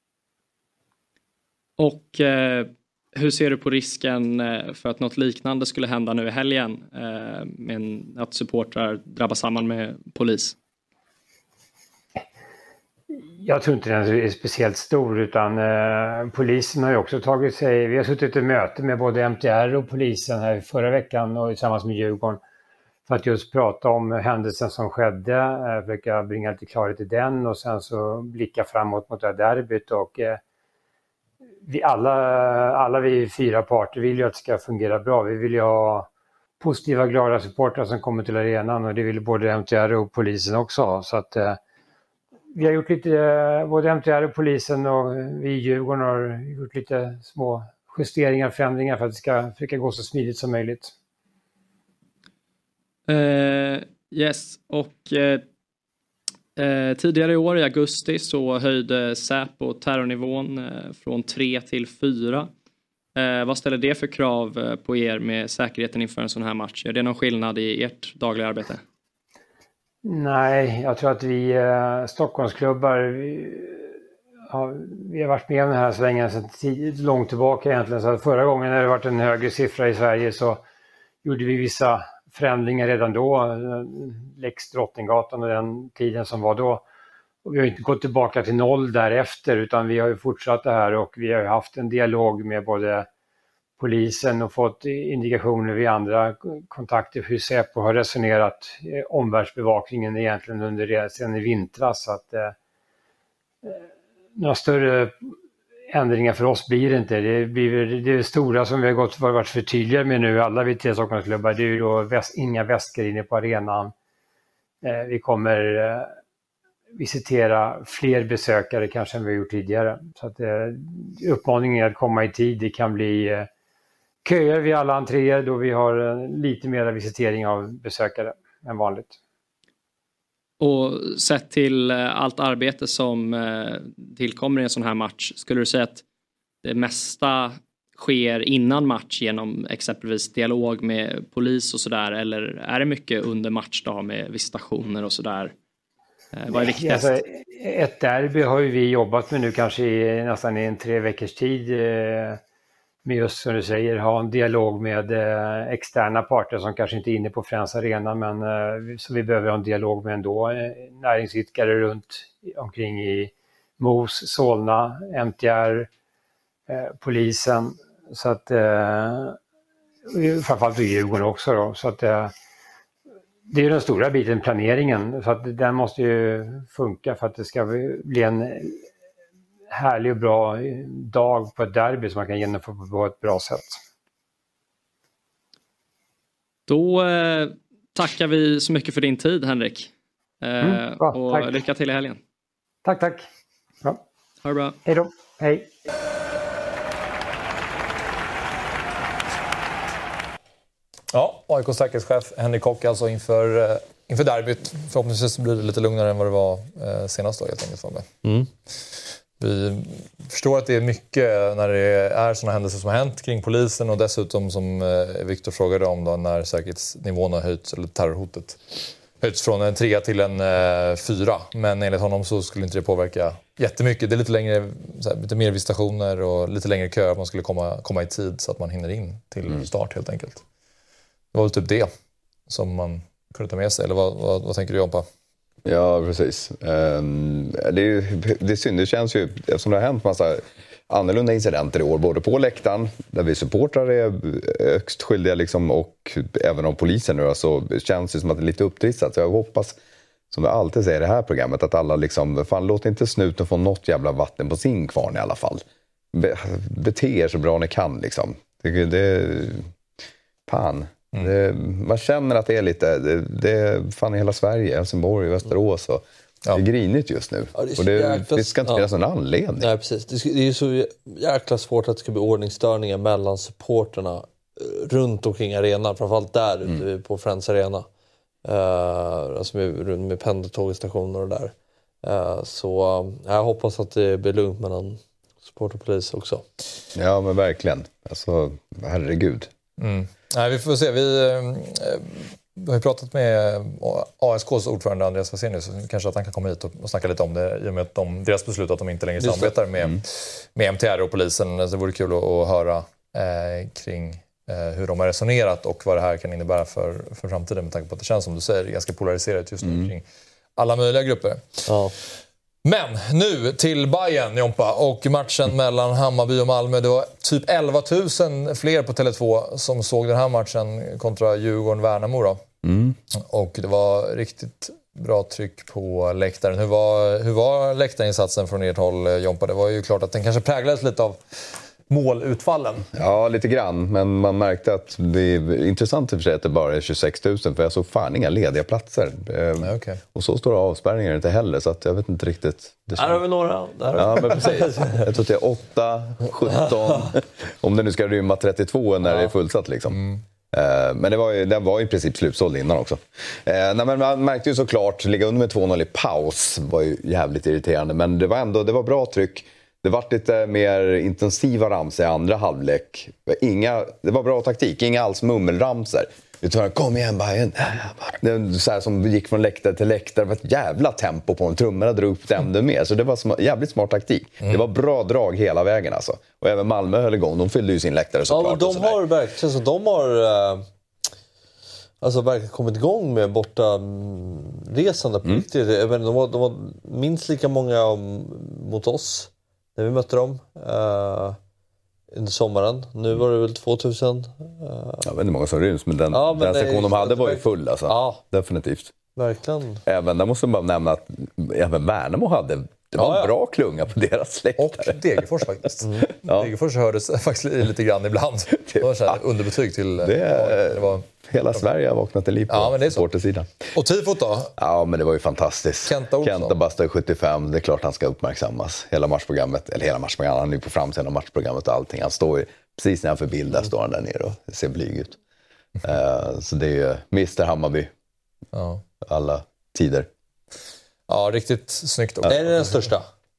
Och eh, hur ser du på risken för att något liknande skulle hända nu i helgen? Eh, med att supportrar drabbas samman med polis? Jag tror inte den är speciellt stor, utan eh, polisen har ju också tagit sig... Vi har suttit i möte med både M T R och polisen här förra veckan och tillsammans med Djurgården för att just prata om händelsen som skedde, eh, försöka bringa lite klarhet i den och sen så blicka framåt mot det här derbyt. Och, eh, vi alla, alla vi fyra parter vill ju att det ska fungera bra. Vi vill ju ha positiva, glada supportrar som kommer till arenan och det vill både M T R och polisen också ha. Så att... Eh, Vi har gjort lite, både M T R och polisen och vi i Djurgården har gjort lite små justeringar, förändringar för att det ska försöka gå så smidigt som möjligt. Uh, yes, och uh, uh, tidigare i år i augusti så höjde Säpo terrornivån uh, från tre till fyra. Uh, vad ställer det för krav uh, på er med säkerheten inför en sån här match? Är det någon skillnad i ert dagliga arbete? Nej, jag tror att vi eh, Stockholmsklubbar, vi, ja, vi har varit med om den här svängen sedan tid, långt tillbaka egentligen. Så förra gången när det varit en högre siffra i Sverige så gjorde vi vissa förändringar redan då. Lex Drottninggatan och den tiden som var då. Och vi har inte gått tillbaka till noll därefter, utan vi har ju fortsatt det här och vi har ju haft en dialog med både polisen och fått indikationer vid andra kontakter hur Säpo har resonerat omvärldsbevakningen egentligen under sedan i vintras. Så att, eh, några större ändringar för oss blir det inte. Det blir det stora som vi har gått för varit för tydliga med nu, alla vi tre Stockholmsklubbar, det är ju då väst, inga väskor inne på arenan. Eh, vi kommer eh, visitera fler besökare kanske än vi har gjort tidigare. Så att, eh, uppmaningen är att komma i tid. Det kan bli eh, köer vid alla entréer då vi har lite mer visitering av besökare än vanligt. Och sett till allt arbete som tillkommer i en sån här match, skulle du säga att det mesta sker innan match genom exempelvis dialog med polis och sådär, eller är det mycket under matchdag med visitationer och sådär? Vad är viktigast? Alltså, ett derby har ju vi jobbat med nu kanske i nästan i en tre veckors tid. Med just som du säger, ha en dialog med eh, externa parter som kanske inte är inne på Friends Arena, men eh, så vi behöver ha en dialog med ändå eh, näringsidkare runt omkring i Mos, Solna, M T R, eh, polisen, så att eh, framförallt i Djurgården också då, så att eh, det är den stora biten, planeringen, så att den måste ju funka för att det ska bli en härlig och bra dag på ett derby som man kan genomföra på ett bra sätt. Då eh, tackar vi så mycket för din tid, Henrik. Eh, mm, bra, och tack. Lycka till i helgen. Tack, tack. Bra. Ha det bra. Hej då. Hej. Ja, A I K:s säkerhetschef Henrik Kock alltså inför, eh, inför derbyt. Förhoppningsvis blir det lite lugnare än vad det var eh, senast då, helt enkelt. Mm. Vi förstår att det är mycket när det är sådana händelser som har hänt kring polisen och dessutom som Viktor frågade om då, när säkerhetsnivån har höjts, eller terrorhotet höjts från en trea till en eh, fyra. Men enligt honom så skulle inte det påverka jättemycket. Det är lite längre, så här, lite mer visitationer och lite längre köer att man skulle komma, komma i tid så att man hinner in till mm. start helt enkelt. Det var väl typ det som man kunde ta med sig. Eller vad, vad, vad tänker du, Jompa? Ja, precis. Um, det, är ju, det är synd, det känns ju, eftersom det har hänt massa annorlunda incidenter i år, både på läktaren, där vi supportrar är högst skyldiga liksom, och även om polisen nu, så känns det som att det är lite upptrissat. Så jag hoppas, som vi alltid säger i det här programmet, att alla liksom, fan låt inte snuten få något jävla vatten på sin kvarn i alla fall. Be, bete er så bra ni kan liksom. Det, det fan. Mm. Det, man känner att det är lite, det, det är fan i hela Sverige, Helsingborg, Västerås och ja. Det är grinigt just nu. Ja, det, och det, jäkla, det ska inte finnas ja. någon anledning. Nej, precis. Det, det är ju så jäkla svårt att det ska bli ordningsstörningar mellan supporterna runt omkring arenan, framförallt där mm. ute på Friends Arena. Uh, alltså med, med pendeltågstationer och där. Uh, så uh, jag hoppas att det blir lugnt mellan support och polis också. Ja, men verkligen. Alltså, herregud. Mm. Nej, vi får se. Vi, eh, vi har ju pratat med A S K:s ordförande Andreas Vasenius, kanske att han kan komma hit och, och snacka lite om det i och med att de, deras beslut att de inte längre samarbetar med, mm. med M T R och polisen. Så det vore kul att, att höra eh, kring eh, hur de har resonerat och vad det här kan innebära för, för framtiden med tanke på att det känns som du säger ganska polariserat just nu mm. kring alla möjliga grupper. Ja. Men nu till Bayern, Jompa, och matchen mellan Hammarby och Malmö. Det var typ elva tusen fler på Tele två som såg den här matchen kontra Djurgården-Värnamo då. Mm. Och det var riktigt bra tryck på läktaren. Hur var, hur var läktarinsatsen från ert håll, Jompa? Det var ju klart att den kanske präglades lite av målutfallen. Ja, lite grann. Men man märkte att det är intressant i och för sig att det bara är tjugosex tusen. För jag såg fan inga lediga platser. Nej, okay. Och så stora avspärrningar inte heller. Så att jag vet inte riktigt. Det där har vi några. Där har ja, men precis. Jag tror att det är åtta, sjutton. Om det nu ska rymma trettiotvå när ja. det är fullsatt liksom. Mm. Men det var ju, den var i princip slutsåld innan också. Nej, men man märkte ju såklart, ligga under med två noll i paus var ju jävligt irriterande. Men det var ändå, det var bra tryck. Det var lite mer intensiva ramsor i andra halvlek. Inga, det var bra taktik, inga alls mummelramsor. Utan kom igen Bayern. Det var så här som gick från läktare till läktare. Det var ett jävla tempo på en trummorna drog upp det ännu mer. Så det var sm- jävligt smart taktik. Mm. Det var bra drag hela vägen alltså. Och även Malmö höll igång. De fyllde ju sin läktare såklart. Ja, de har verkligen så de har uh, alltså verkligen kommit igång med borta resande på riktigt. Mm. De, var, de var minst lika många um, mot oss när vi mötte dem. Uh, under sommaren. Nu var det väl tvåtusen. Uh... Jag vet inte många som ryms, men den, ja, men den sektion de hade var ju full alltså. Ja. Definitivt. Verkligen. Även, där måste man bara nämna att även Värnamo hade, det var ja, en ja. bra klunga på deras läktare. Och Degerfors faktiskt. Mm. Ja. Degerfors hördes faktiskt lite grann ibland. Det var så här underbetyg till... Det, det var... Hela Sverige har vaknat till liv på ja, supportersidan. Och tifot då? Ja, men det var ju fantastiskt. Kenta Olsson. Kenta bastar sjuttiofem, det är klart han ska uppmärksammas. Hela matchprogrammet, eller hela matchprogrammet, han är ju på framsidan av matchprogrammet och allting. Han står ju, precis när han förbildas mm. står han där nere och ser blyg ut. uh, så det är ju mister Hammarby. Ja. Alla tider. Ja, riktigt snyggt. Ja. Är det den största?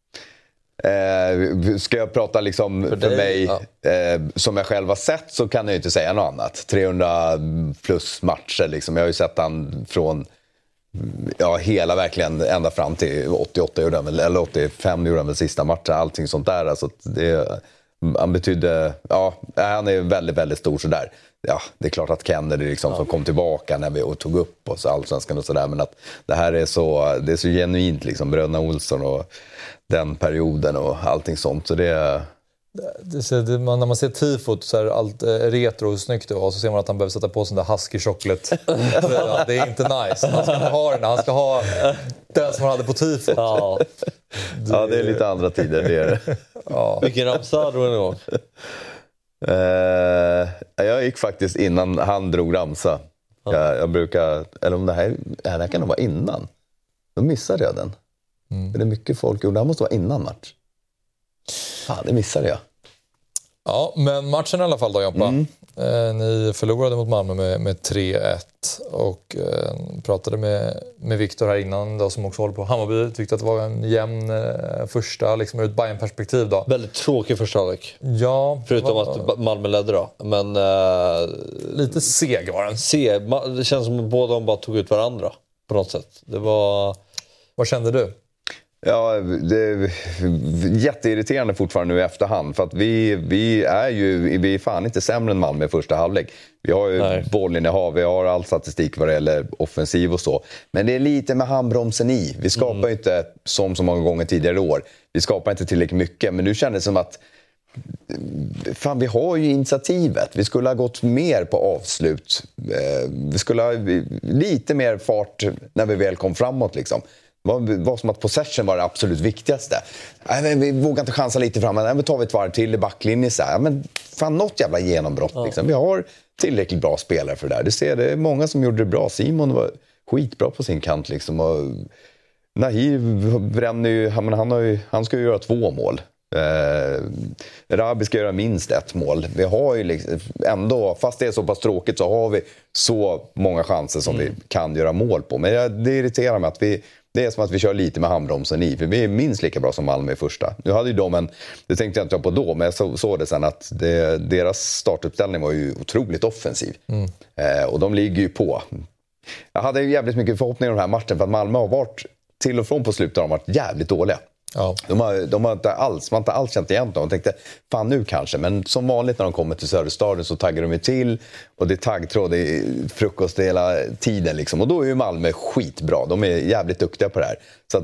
Eh, ska jag prata liksom för, för mig ja. eh, som jag själv har sett så kan jag ju inte säga något annat. trehundra plus matcher liksom. Jag har ju sett han från ja, hela verkligen ända fram till åttioåtta gjorde han väl, eller åttiofem gjorde han väl sista matchen, allting sånt där. Alltså det, han betydde, ja, han är väldigt, väldigt stor sådär. Ja, det är klart att Kennedy liksom ja. som kom tillbaka när vi och tog upp oss allsvenskan och sådär, men att det här är så, det är så genuint liksom, bröderna Olsson och den perioden och allting sånt, så det är... Det, det, det, man, när man ser tifot så är allt eh, retro och snyggt och så ser man att han behöver sätta på sån där husky chocolate. Det är inte nice. Han ska inte ha den, han ska ha den som han hade på tifot. Ja, det, ja, det är lite andra tider, det är det. Ja. Vilken ramsa drog en gång? Uh, jag gick faktiskt innan han drog ramsa. Ja. Jag, jag brukar, eller om det här, det här kan nog vara innan. Då missade jag den. Mm. För det är mycket folk, och det här måste vara innan match. Fan, det missade jag. Ja, men matchen i alla fall då, Jompa. Mm. Eh, ni förlorade mot Malmö med, med tre ett och eh, pratade med, med Viktor här innan då, som också håller på Hammarby. Tyckte att det var en jämn eh, första, liksom ur ett Bayern-perspektiv då. Väldigt tråkig första halvlek. Ja. Förutom var... att Malmö ledde då. Men... Eh, lite seg var den. Seg. Det känns som att båda de bara tog ut varandra på något sätt. Det var... Vad kände du? Ja, det är jätteirriterande fortfarande nu i efterhand. För att vi, vi är ju vi är fan inte sämre än Malmö i första halvlek. Vi har ju bollinnehav, vi har all statistik vad det gäller offensiv och så. Men det är lite med handbromsen i. Vi skapar mm. inte som så många gånger tidigare år. Vi skapar inte tillräckligt mycket. Men nu kändes det som att fan, vi har ju initiativet. Vi skulle ha gått mer på avslut. Vi skulle ha lite mer fart när vi väl kom framåt liksom. Det var, var som att possession var det absolut viktigaste. Nej, men vi vågar inte chansa lite fram. Nej, men tar vi ett varv till i backlinjen. Så här. Men fan, något jävla genombrott. Ja. Liksom. Vi har tillräckligt bra spelare för det där. Du ser, det är många som gjorde det bra. Simon var skitbra på sin kant. Liksom. Och Nahir bränner ju, han, han, har ju, han ska ju göra två mål. Eh, Rabi ska göra minst ett mål. Vi har ju liksom, ändå, fast det är så pass tråkigt, så har vi så många chanser som mm. vi kan göra mål på. Men det irriterar mig att vi, det är som att vi kör lite med handbromsen i. För vi är minst lika bra som Malmö i första. Nu hade ju de en, det tänkte jag inte på då, men jag så, såg det sen att det, deras startuppställning var ju otroligt offensiv. Mm. Eh, och de ligger ju på. Jag hade ju jävligt mycket förhoppningar om den här matchen för att Malmö har varit till och från på slutet har de varit jävligt dåliga. Ja. De, har, de har inte alls, man har inte alls känt igen dem. De tänkte, fan nu kanske. Men som vanligt när de kommer till Söderstaden så taggar de ju till. Och det är taggtråd, det är frukost hela tiden liksom. Och då är ju Malmö skitbra. De är jävligt duktiga på det här. Så att,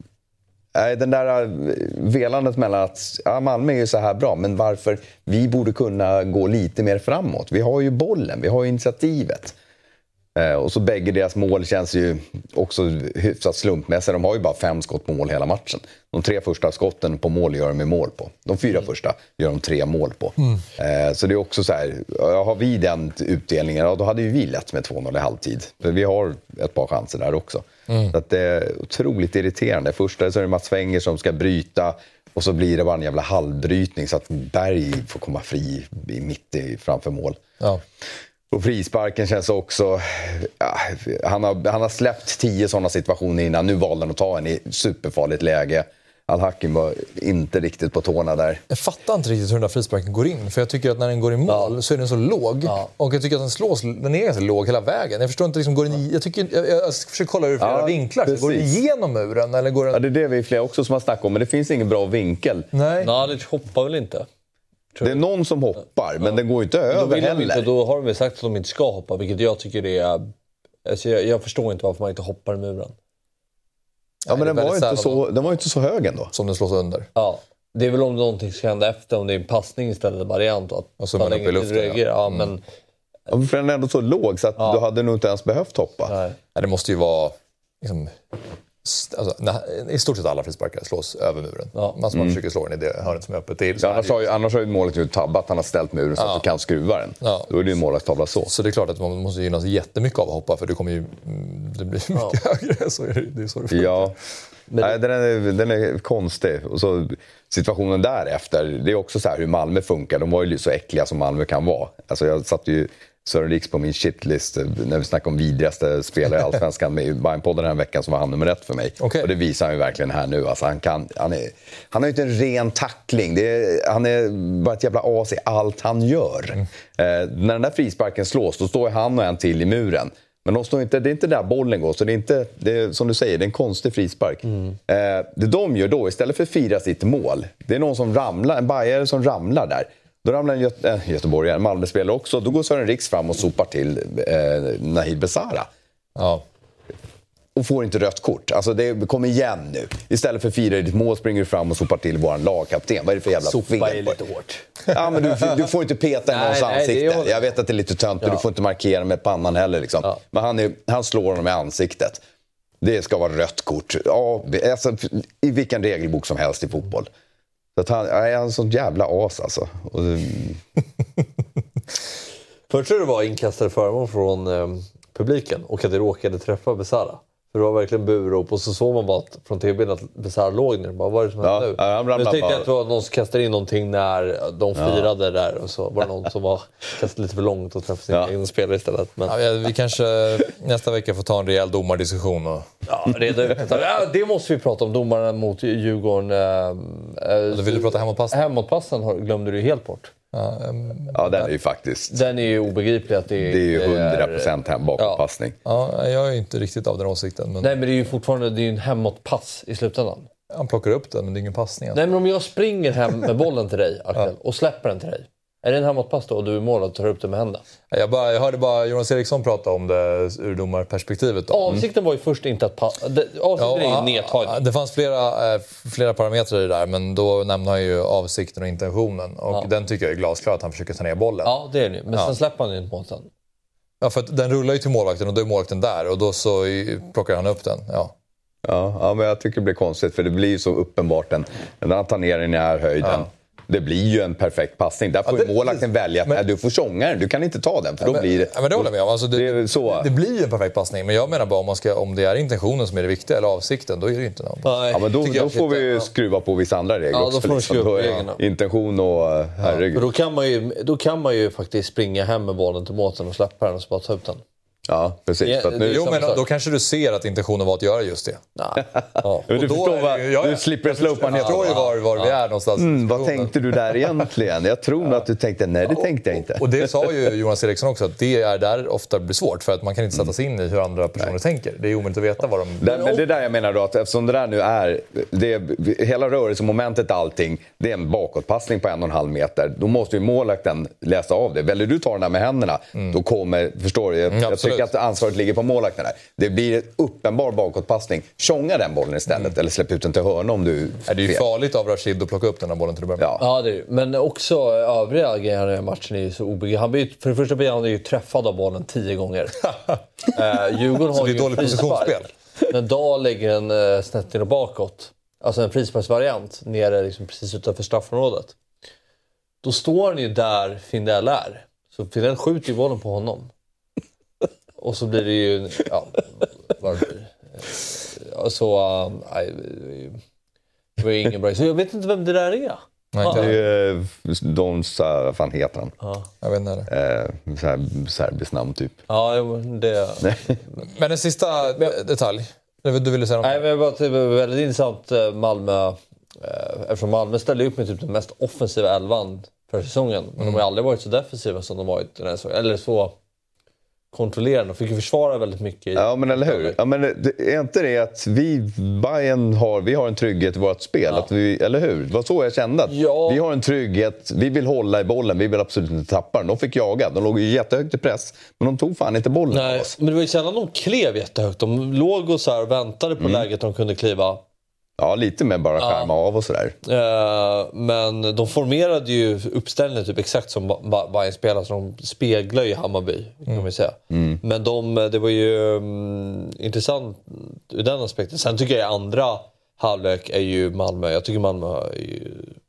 äh, den där velandet mellan att ja, Malmö är ju så här bra. Men varför vi borde kunna gå lite mer framåt. Vi har ju bollen, vi har ju initiativet. Eh, och så bägge deras mål känns ju också hyfsat slumpmässiga. De har ju bara fem skott på mål hela matchen. De tre första skotten på mål gör de med mål på. De fyra mm. första gör de tre mål på. Mm. Eh, så det är också så här, har vi den utdelningen, ja, då hade ju vi lätt med två noll i halvtid. För vi har ett par chanser där också. Mm. Så att det är otroligt irriterande. Första så är det Mats Wenger som ska bryta. Och så blir det bara en jävla halvbrytning så att Berg får komma fri mitt i, framför mål. Ja. Och frisparken känns också... Ja, han, har, han har släppt tio sådana situationer innan. Nu valde han att ta en i superfarligt läge. Al-Hakim var inte riktigt på tårna där. Jag fattar inte riktigt hur den där frisparken går in. För jag tycker att när den går i mål ja. så är den så låg. Ja. Och jag tycker att den slås, den är ganska låg hela vägen. Jag förstår inte, liksom, går den i, jag, tycker, jag, jag försöker kolla ur flera ja, vinklar. Precis. Går den igenom muren? Eller går den... Ja, det är det vi är flera också som har snackat om. Men det finns ingen bra vinkel. Nej, Nej det hoppar väl inte. Det är någon som hoppar, ja. men den går inte över då heller. Inte, då har de väl sagt att de inte ska hoppa, vilket jag tycker är... Alltså jag, jag förstår inte varför man inte hoppar i muren. Ja, men den var, inte så, den var inte så hög ändå. Som den slås under. Ja, det är väl om någonting ska hända efter, om det är en passning istället för variant. Att och så man upp i luften, ja. ja mm. men... Ja, för den är ändå så låg så att ja. du hade nog inte ens behövt hoppa. Nej. Ja, det måste ju vara... Liksom, alltså, när, i stort sett alla frisparkar slås över muren. Ja. Man som mm. försöker slå den i det hörnet som är öppet till. Ja, annars, har ju, annars har ju målet ju tabbat. Han har ställt muren så ja. att du kan skruva den. Ja. Då är det ju målvaktstavla så. Så det är klart att man måste gynnas jättemycket av att hoppa. För det kommer ju... Det blir mycket ja. högre. Så är det, det är så det ja. Nej, den är, den är konstig. Och så situationen därefter. Det är också så här hur Malmö funkar. De var ju så äckliga som Malmö kan vara. Alltså jag satt ju... Sören Riks på min shitlist när vi snackade om vidrigaste spelare i Allsvenskan med Bayern-podden den här veckan, så var han nummer ett för mig. Okay. Och det visar han ju verkligen här nu. Alltså han, kan, han, är, han har ju inte en ren tackling. Det är, han är bara ett jävla as i allt han gör. Mm. Eh, när den där frisparken slås, då står han och en till i muren. Men de står inte, det är inte där bollen går. Så det är inte, det är, som du säger, det är en konstig frispark. Mm. Eh, det de gör då, istället för att fira sitt mål, det är någon som ramlar, en bajare som ramlar där. Då ramlar en Göte- äh, Göteborgare, en Malmö-spelare också. Då går Sören Riks fram och sopar till eh, Nahid Besara. Ja. Och får inte rött kort. Alltså det kommer igen nu. Istället för fira i ditt mål springer du fram och sopar till vår lagkapten. Vad är det för jävla fel? Sopa är lite hårt. Ja, men du, du får inte peta i någons nej, ansikte. nej, jag vet att det är lite tönt och ja. du får inte markera med pannan heller. Liksom. Ja. Men han, är, han slår honom i ansiktet. Det ska vara rött kort. Ja, alltså, i vilken regelbok som helst i fotboll. Så att han är en sån jävla as alltså. Och... Först tror jag det var inkastade föremål från eh, publiken och att det råkade träffa Besara. För det var verkligen burop och så såg man bara att, från T V att Besara låg ner. Bara, vad är det som hände ja, nu? Men jag tänkte bara... att det var någon som kastade in någonting när de firade ja. där. Och så var det någon som var kastade lite för långt och träffade sin ja. egen spelare istället. Men... Ja, vi kanske nästa vecka får ta en rejäl domardiskussion. Och... Ja, det, ja, det måste vi prata om. Domarna mot Djurgården. Äh, då vill du prata hemåtpassen? Hemåtpassen glömde du helt bort. Ja, um, ja, den är ju faktiskt... Den är ju obegriplig att det är... Det är ju hundra procent hem bakåtpassning. Ja. ja, jag är inte riktigt av den åsikten. Men... Nej, men det är ju fortfarande det är ju en hemåtpass i slutändan. Han plockar upp den, men det är ingen passning. Alltså. Nej, men om jag springer hem med bollen till dig, Axel, ja. och släpper den till dig. Är det en hemåtpass då och du är mål och tar upp det med händerna? Jag, bara, jag hörde bara Jonas Eriksson prata om det ur domarperspektivet. Då. Avsikten var ju först inte att... Pa- avsikten ja, är ju nedtagning. Det fanns flera, flera parametrar i det där, men då nämnde han ju avsikten och intentionen. Och ja. den tycker jag är glasklar att han försöker ta ner bollen. Ja, det är det. Men ja. sen släpper han ju inte mål sen. Ja, för att den rullar ju till målvakten och då är målvakten där. Och då så plockar han upp den, ja. Ja, ja, men jag tycker det blir konstigt för det blir ju så uppenbart en, när han tar ner den i här höjden. Ja. Det blir ju en perfekt passning. Där får ja, det, målvakten välja att men, du får tjonga den. Du kan inte ta den för då ja, men, blir det... Ja, men det håller jag med om. Alltså, det, det, så. det blir ju en perfekt passning. Men jag menar bara om, man ska, om det är intentionen som är det viktiga eller avsikten, då är det ju inte någon. Ja, men då, då får vi ju skruva på vissa andra regler ja, också. Då får liksom, då ja, intention och herregud. Ja, då, kan man ju, då kan man ju faktiskt springa hem med bollen till måten och släppa den och så bara ta ut den. Ja, precis. Ja, så att nu, jo, men då, då kanske du ser att intentionen var att göra just det. Ja. Ja. Du, förstår vad, ju, ja, du slipper slopa ner. Jag förstår ju var, var ja. vi är någonstans. Mm, vad tänkte du där egentligen? Jag tror nog att du tänkte, nej det tänkte jag inte. Och, och det sa ju Jonas Eriksson också, att det är där ofta blir svårt. För att man kan inte sätta sig in i hur andra personer nej. tänker. Det är omöjligt att veta vad de... Det, men det är där jag menar då, att eftersom det där nu är, det är hela rörelsemomentet, allting, det är en bakåtpassning på en och en halv meter. Då måste ju målvakten läsa av det. Väljer du tar den där med händerna, mm. då kommer, förstår du, jag, mm, jag tycker att ansvaret ligger på målvakten där. Det blir en uppenbar bakåtpassning. Tjonga den bollen istället, mm. eller släpp ut den till hörna om du... Ja, det är ju farligt av Rashid att plocka upp den här bollen till att börja med. Ja, ja det är, men också övriga grejer i matchen är ju så obegripliga. Han blir, för det första blir han ju träffad av bollen tio gånger. uh, Djurgården har ju dåligt positionsspel. När Dahl lägger en uh, snett ner och bakåt, alltså en frisparksvariant nere liksom precis utanför straffområdet. Då står han ju där Findell är. Så Findell skjuter ju bollen på honom. Och så blir det ju... Ja, varför? Så... Uh, det var ju ingen bra... Så jag vet inte vem det där är. Nej, det är ju de så fan heter han. Ja, jag vet inte det. Eh, så här serbiskt namn typ. Ja, det... Men en sista detalj. Du ville säga något? Nej, men det var väldigt intressant Malmö. Eftersom Malmö ställde upp med typ den mest offensiva elvan för säsongen. Men mm. de har aldrig varit så defensiva som de varit den här säsongen. Eller så kontrollerande. De fick ju försvara väldigt mycket. Ja, men eller hur? Ja, men det är inte det att vi, Bayern har, vi har en trygghet i vårt spel. Ja. Att vi, eller hur? Det var så jag kände. Att ja. Vi har en trygghet. Vi vill hålla i bollen. Vi vill absolut inte tappa den. De fick jaga. De låg ju jättehögt i press. Men de tog fan inte bollen. Nej, men det var ju sällan de klev jättehögt. De låg och så här och väntade på mm. läget de kunde kliva. Ja, lite med bara skärma ja. av och sådär. Uh, men de formerade ju uppställningen typ exakt som Bayern spelar, så de speglar ju Hammarby, kan mm. vi säga. Mm. Men de, det var ju um, intressant ur den aspekten. Sen tycker jag andra halvlek är ju Malmö. Jag tycker Malmö är ju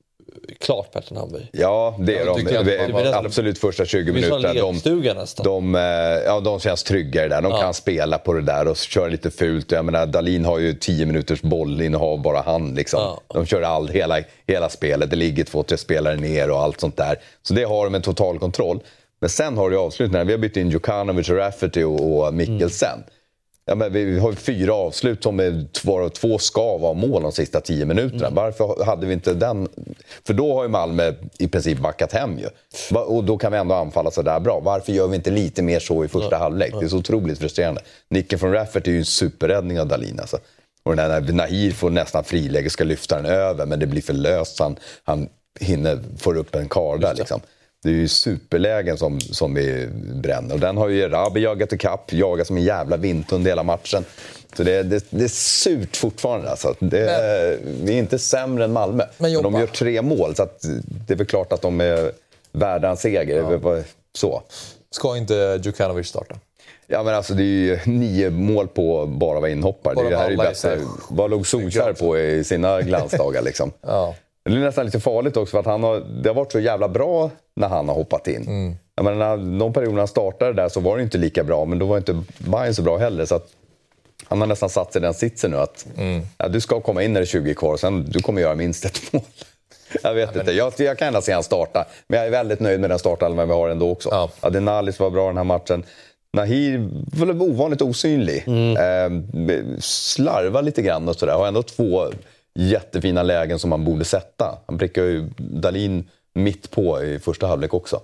klart bättre än Hammarby. Ja, det är de. Det det absolut första tjugo minuter. De, de, ja, de känns tryggare där. De ja. kan spela på det där och köra lite fult. Jag menar, Dahlin har ju tio minuters bollinnehav bara han. Liksom. Ja. De kör all, hela, hela spelet. Det ligger två, tre spelare ner och allt sånt där. Så det har de en total kontroll. Men sen har det avslutningar. Vi har bytt in Djukanovic, Rafferty och, och Mikkelsen. Mm. Ja, men vi har fyra avslut som är två, två ska vara mål de sista tio minuterna. Mm. Varför hade vi inte den? För då har ju Malmö i princip backat hem ju. Och då kan vi ändå anfalla så där bra. Varför gör vi inte lite mer så i första mm. halvlek? Det är så otroligt frustrerande. Nicken från Raffert är ju en superräddning av Dahlin alltså. Och den där Nahir får nästan friläge, ska lyfta den över, men det blir för löst. Han, han hinner, får upp en kar där liksom. Det är ju superlägen som, som vi bränner. Och den har ju Rabi jagat i kapp, jagat som en jävla vinthund hela matchen. Så det, det, det är surt fortfarande. Alltså. Det, men, vi är inte sämre än Malmö. Men, men de gör tre mål, så att det är väl klart att de är värda en seger. Ja. Så. Ska inte Djukanovic starta? Ja, men alltså det är ju nio mål på bara vara inhoppare. Det, det här är ju bättre. Vad låg Solskär på i sina glansdagar liksom? Ja. Det är nästan lite farligt också, för att han har, det har varit så jävla bra när han har hoppat in. Mm. Jag menar, när de perioderna han startade där så var det inte lika bra, men då var inte Bayern så bra heller. Så att han har nästan satt sig i den sitsen nu att mm. ja, du ska komma in när det är tjugo kvar, sen du kommer göra minst ett mål. Jag vet ja, inte, jag, jag kan ändå se han starta, men jag är väldigt nöjd med den startelvan vi har ändå också. Ja. Adenalis var bra den här matchen. Nahir var ovanligt osynlig. Mm. Eh, slarva lite grann och sådär. Har ändå två jättefina lägen som man borde sätta. Han prickar ju Dahlin mitt på i första halvlek också.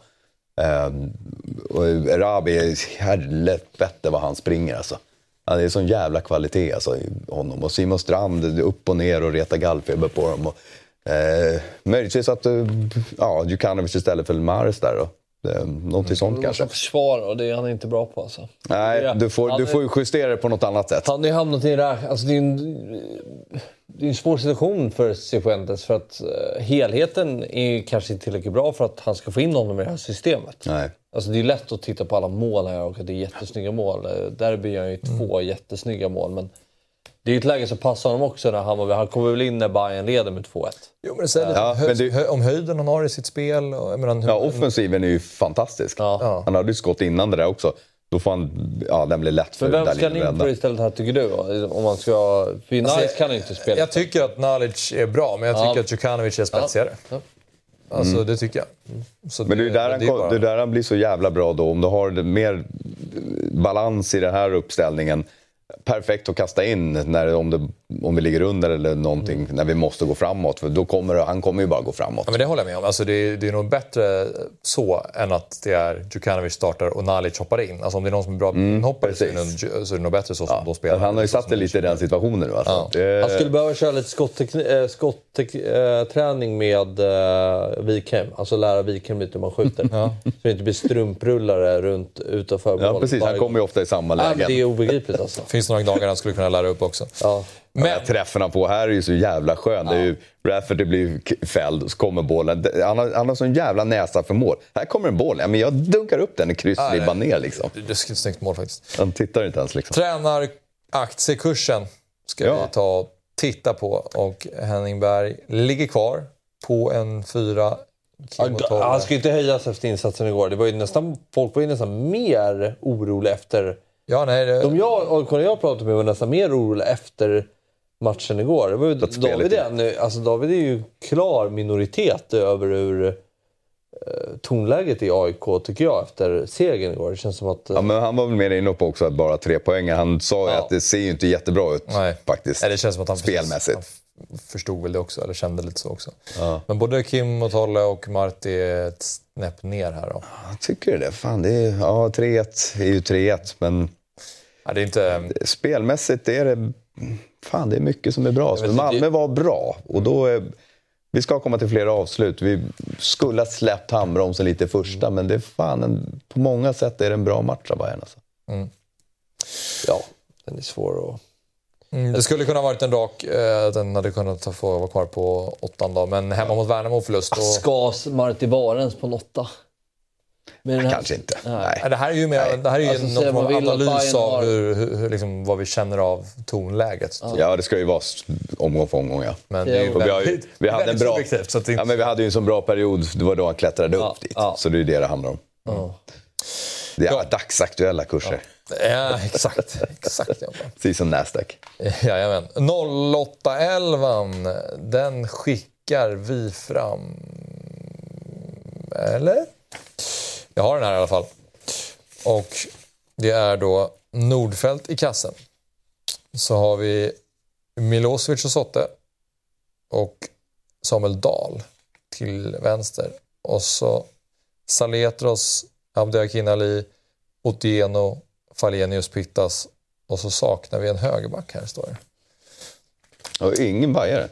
Um, och Rabi, helvete vad han springer alltså. Ja, det är sån jävla kvalitet alltså, i honom. Och Simon Strand upp och ner och reta gallfeber på dem. Och, eh, möjligtvis att ja, Djukanovic istället för Mares där då. Det, någonting sånt mm, kanske. Försvara, och det är han inte bra på alltså. Nej, du får, du får ju justera det på något annat sätt. Han har ju hamnat i det där, alltså det är en, det är en svår situation för Cifuentes, för att uh, helheten är kanske inte tillräckligt bra för att han ska få in honom i det här systemet. Nej. Alltså det är lätt att titta på alla mål här och att det är jättesnygga mål. Där blir han ju mm. två jättesnygga mål, men det är ju ett läge som passar honom också när han, han kommer väl in när Bayern leder med två ett. Jo, men det säger lite ja, hö- det... hö- om höjden han har i sitt spel. Och, jag menar, hur... Ja, offensiven är ju fantastisk. Ja. Han hade ju skott innan det där också. Då får han, ja, den blir lätt för Dahlin. Men vem ska han in på istället här, tycker du? Om man ska, för Nalic kan inte spela. Jag tycker att Nalic är bra, men jag tycker ja. att Djukanovic är spetsigare. Ja. Ja. Alltså Mm. det tycker jag. Så Men det är där, han, det är bara... det är där han blir så jävla bra då. Om du har mer balans i den här uppställningen. Perfekt att kasta in när, om, det, om vi ligger under eller någonting. Mm. När vi måste gå framåt. För då kommer han kommer ju bara gå framåt. Ja, men det håller jag med om. Alltså det, är, det är nog bättre så än att det är Djukanovic startar och Nalic hoppar in. Alltså om det är någon som är bra mm, hoppar så är, det, så är det nog bättre så som ja. då spelar. Han har ju satt det lite i den situationen nu. Alltså. Ja. Det... Han skulle behöva köra lite skottträning skott, äh, med äh, Wikheim. Alltså lära Wikheim lite hur man skjuter. Ja. Så det inte blir strumprullare runt utanför mål. Ja, precis. Han kommer ju ofta i samma lägen. Ja, det är obegripligt alltså. Finns det några dagar han skulle kunna lära upp också. Ja. Men träffarna på här är ju så jävla skön. Ja. Det är ju Rafferty blir fälld och så kommer bollen. Han har, han har sån jävla näsa för mål. Här kommer en boll. Ja, men jag dunkar upp den i kryssribban ner liksom. Det är ett snyggt mål faktiskt. Han tittar inte ens liksom. Tränaraktiekursen ska ja. vi ta och titta på. Och Henning Berg ligger kvar på en fyra. Han ska ju inte höjas efter insatsen igår. Det var ju nästan, folk var ju nästan mer oroliga efter... Ja, nej, det... De jag, och jag pratade med var nästan mer oroliga efter matchen igår. Det var ju, David, är, alltså David är ju klar minoritet över hur eh, tonläget i A I K tycker jag efter segern igår. Det känns som att... Eh... Ja, men han var väl mer inne på också att bara tre poäng. Han sa ju ja. att det ser ju inte jättebra ut nej. faktiskt. Nej, det känns som att han spelmässigt. Han förstod väl det också, eller kände lite så också. Ja. Men både Kim och Tolle och Marti är ett snäpp ner här då. Jag tycker det. Fan, det är, ja, tre ett är ju tre ett, men... Ja, det är inte... Spelmässigt är det... Fan, det är mycket som är bra. Så Malmö var bra. Och då är... Vi ska komma till flera avslut. Vi skulle ha släppt handbromsen lite första, mm. men det är fan en... på många sätt är det en bra match av Bayern. Alltså. Mm. Ja, den är svår att... Mm, det skulle kunna varit en rak, eh, den hade kunnat få vara kvar på åttan då, men hemma mot Värnamo förlust. Och... Skas Marti Barens på en åtta? Men här... Kanske inte. Nej. Nej. Det här är ju, mer, det här är ju alltså, någon form av analys av har... hur, hur, hur, liksom, vad vi känner av tonläget. Ja, ja det ska ju vara omgång för omgång. Ja. Men det är ju väldigt, vi, har ju, vi hade en bra, så att det... ja, men vi hade ju en sån bra period, det var då han klättrade ja, upp dit. Ja. Så det är det det handlar om. Mm. Det är ja. dagsaktuella kurser. Ja, ja exakt. exakt ja. Precis som Nasdaq. Jajamän. noll åtta elva, den skickar vi fram. Eller? Jag har den här i alla fall. Och det är då Nordfält i kassen. Så har vi Milosevic och Sotte. Och Samuel Dahl till vänster. Och så Saletros, Abdiakin Ali, Otieno, Falenius, Pittas. Och så saknar vi en högerback här, står det. Och ingen bajare.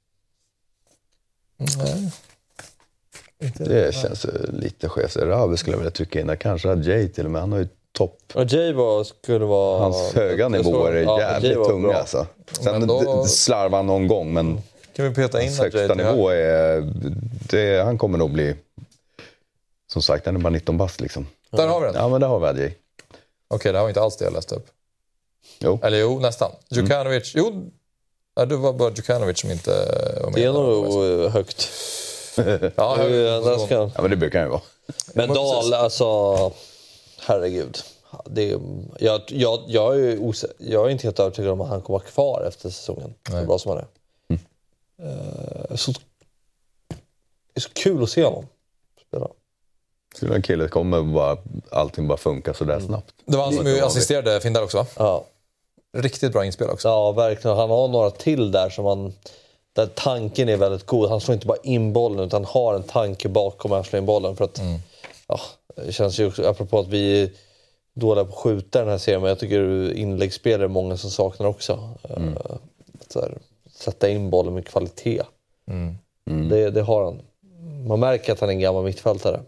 Nej. Det, det känns lite skevt. Rabi skulle jag vilja trycka in. Kanske hade Jay till och med. Han har ju topp. Ja, Jay var, skulle vara... Hans höga nivåer är ja, jävligt tunga. Alltså. Sen då... slarvar han någon gång, men... Kan vi peta in hans högsta nivå är... Det, han kommer nog bli... Som sagt, han är bara nitton bast liksom. Där har vi den. Ja, men där har vi Adjei. Okej, okay, det har vi inte alls det jag läste upp. Jo. Eller jo, nästan. Djukanovic. Mm. Jo, ja, det var bara Djukanovic som inte var med. Det är nog högt. ja, högt. Ja, men det brukar ju vara. Men Dahl, alltså... Herregud. Det, jag, jag, jag, är osä- jag är inte helt övertygad om att han kommer kvar efter säsongen. Så bra som han är. Mm. Uh, så, det är så kul att se honom spela. Så den killen kommer bara, allting bara funkar så där mm. snabbt. Det var han som ju assisterade Finn där också, va? Ja. Riktigt bra inspel också. Ja, verkligen. Han har några till där som han... Där tanken är väldigt god. Han slår inte bara in bollen utan har en tanke bakom att han slår in bollen. För att, mm. ja, det känns ju också, apropå att vi är dåliga på att skjuta den här serien, men jag tycker inläggsspelare är många som saknar också. Mm. Uh, så här, sätta in bollen med kvalitet. Mm. Mm. Det, det har han. Man märker att han är en gammal mittfältare.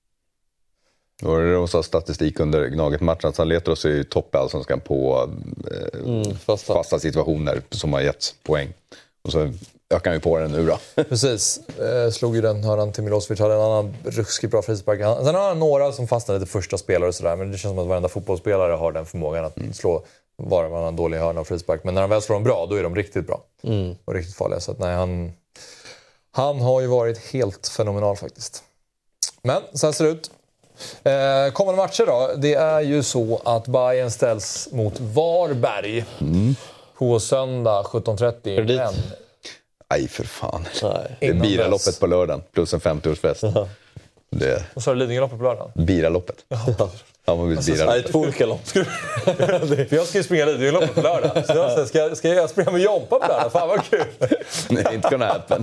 Och det var statistik under Gnaget-matchen. Han letar oss i topp i Allsvenskan på eh, mm, fasta. fasta situationer som har gett poäng. Och så ökar vi på den nu då. Precis. Eh, slog ju den hörnan till Milosevic. Hade en annan ruskigt bra frispark. Sen har han några som fastnade lite första spelare och sådär. Men det känns som att varenda fotbollsspelare har den förmågan att mm. slå var man har en dålig hörna och frispark. Men när de väl slår dem bra, då är de riktigt bra. Mm. Och riktigt farliga. Så att nej, han, han har ju varit helt fenomenal faktiskt. Men så här ser det ut. Eh, kommande matcher då. Det är ju så att Bayern ställs mot Varberg mm. på söndag sjutton trettio. Men... Nej, för fan. Nej. Det är Innan Biraloppet dess. på lördagen, plus en femtioårsfest. Det... Och så har du Lidingöloppet på lördagen? Biraloppet. Ja, man vill Alltså, Biraloppet. nej, två olika lopp. För jag ska ju springa Lidingöloppet på lördag. Så jag, så ska, jag, ska jag springa med Jompa på lördag? Fan vad kul! Nej, inte gonna happen.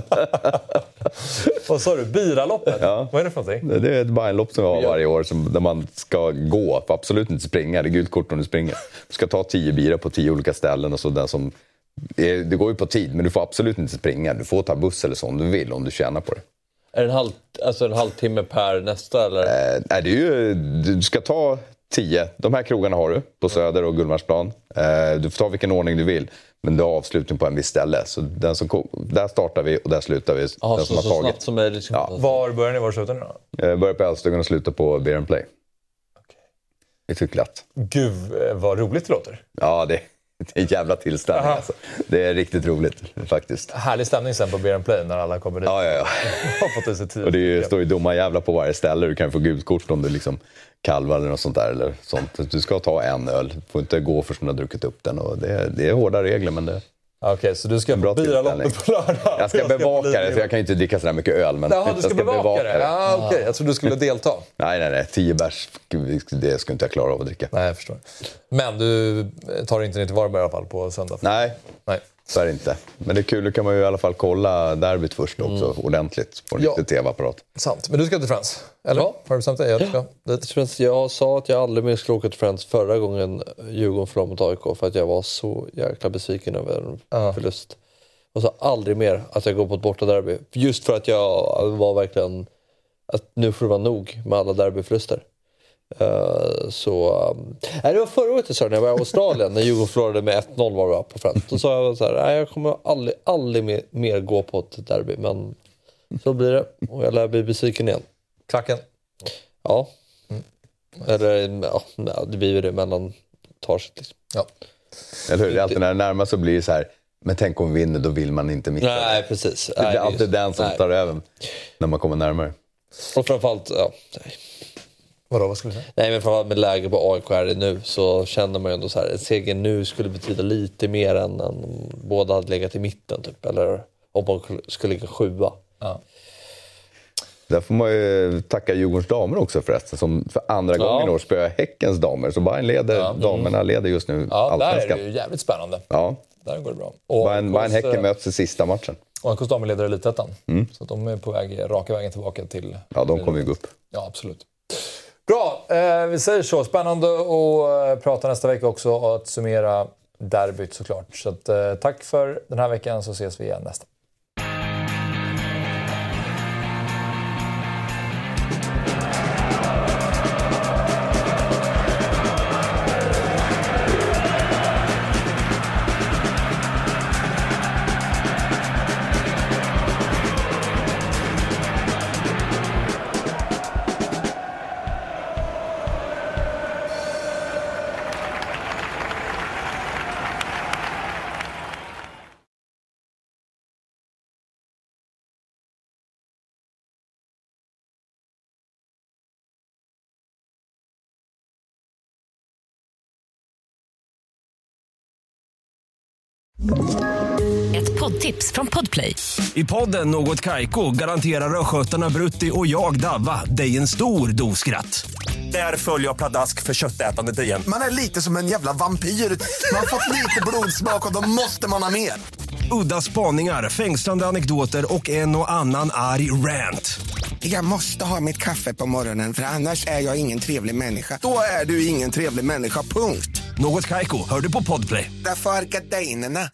Vad sa du? Biraloppet? Ja. Vad är det för någonting? Det är ett Bajenlopp som vi har varje år som, där man ska gå, absolut inte springa. Det är gult kort om du springer. Du ska ta tio bira på tio olika ställen och så den som... Det går ju på tid, men du får absolut inte springa. Du får ta buss eller så om du vill, om du tjänar på det. Är det en, halv, alltså en halvtimme per nästa? Eller? Eh, nej, det är ju, du ska ta tio. De här krogarna har du på Söder och Gullmarsplan. Eh, du får ta vilken ordning du vill. Men du har avslutning på en viss ställe. Så den som, där startar vi och där slutar vi. Aha, den så, som så har tagit. snabbt som möjligt. Ja. Var börjar ni? Var slutar ni då? Eh, börjar på Älvstugan och slutar på Beer and Play. Okay. Det tycker lätt. Gud vad roligt det låter. Ja, det, det är en jävla tillställning. Alltså. Det är riktigt roligt faktiskt. Härlig stämning sen på Beer and Play när alla kommer dit. Ja, ja, ja. har fått i sig tid. Och det är, står ju dumma jävla på varje ställe. Du kan få gult kort om du liksom kalvar eller något sånt där. Eller sånt. Du ska ta en öl. Du får inte gå förrän du har druckit upp den. Och det, är, det är hårda regler, men det... Okej, okay, så du ska bra Biraloppet på lördag? Jag ska jag bevaka ska det, för jag kan ju inte dricka så där mycket öl. Men Jaha, du ska, jag ska bevaka, bevaka det? det. Ja, okej. Okay. Jag trodde du skulle delta. Nej, nej, nej. Tio bärs, det skulle inte jag klara av att dricka. Nej, jag förstår. Men du tar inte ner till Varberg i alla fall på söndag? Nej, nej. Så är det inte. Men det är kul, då kan man ju i alla fall kolla derbyt först också, mm. ordentligt. På en ja. riktig tv-apparat. Sant. Men du ska till Friends? Eller? Ja. Har du bestämt dig? Jag, ska dit. Jag sa att jag aldrig mer skulle åka till Friends förra gången Djurgården förlorade mot A I K. För att jag var så jäkla besviken över en uh. förlust. Och så aldrig mer att jag går på ett bortaderby. Just för att jag var verkligen... Att nu får det vara nog med alla derbyförluster. Uh, så... Um, nej, det var förra året jag sa när jag var i Australien. När Djurgården förlorade med ett noll var vi på Friends. Då sa jag så här, nej, jag kommer aldrig, aldrig mer, mer gå på ett derby. Men så blir det. Och jag lär bli besviken igen. Klacken? Ja. Mm. Eller, ja, det blir ju det mellan tar sig liksom. Ja. Eller hur? Det är alltid när det närmar så blir det så här, men tänk om vi vinner, då vill man inte missa. Nej, precis. Det blir nej, alltid den som nej. tar över när man kommer närmare. Och framförallt, ja, nej. Vadå, vad skulle du säga? Nej, men framförallt med läge på A I K här nu så känner man ju ändå så här, en seger nu skulle betyda lite mer än om båda hade legat i mitten typ, eller om man skulle ligga sjua. Ja. Där får man ju tacka Djurgårdens damer också förresten, som för andra ja. gången i år spöar Häckens damer. Så Bayern leder, ja. damerna leder just nu ja, allsvenskan. Ja, där är det ju jävligt spännande. Ja. Där går det bra. Och Bayern, Bayern Häcken möts i sista matchen. Och A I K:s damer leder Elitettan. Mm. Så att de är på väg, raka vägen tillbaka till... Ja, de kommer ju gå upp. Ja, absolut. Bra, eh, vi säger så. Spännande att prata nästa vecka också och att summera derbyt såklart. Så att, eh, tack för den här veckan, så ses vi igen nästa. Ett poddtips från Podplay. I podden Något Kaiko garanterar röskötarna Brutti och jag Davva dig en stor doskratt. Där följer jag pladask för köttätandet igen. Man är lite som en jävla vampyr. Man har fått lite blodsmak och då måste man ha mer. Udda spaningar, fängslande anekdoter och en och annan arg rant. Jag måste ha mitt kaffe på morgonen, för annars är jag ingen trevlig människa. Då är du ingen trevlig människa, punkt. Något Kaiko, hör du på Podplay. Därför är gardinerna.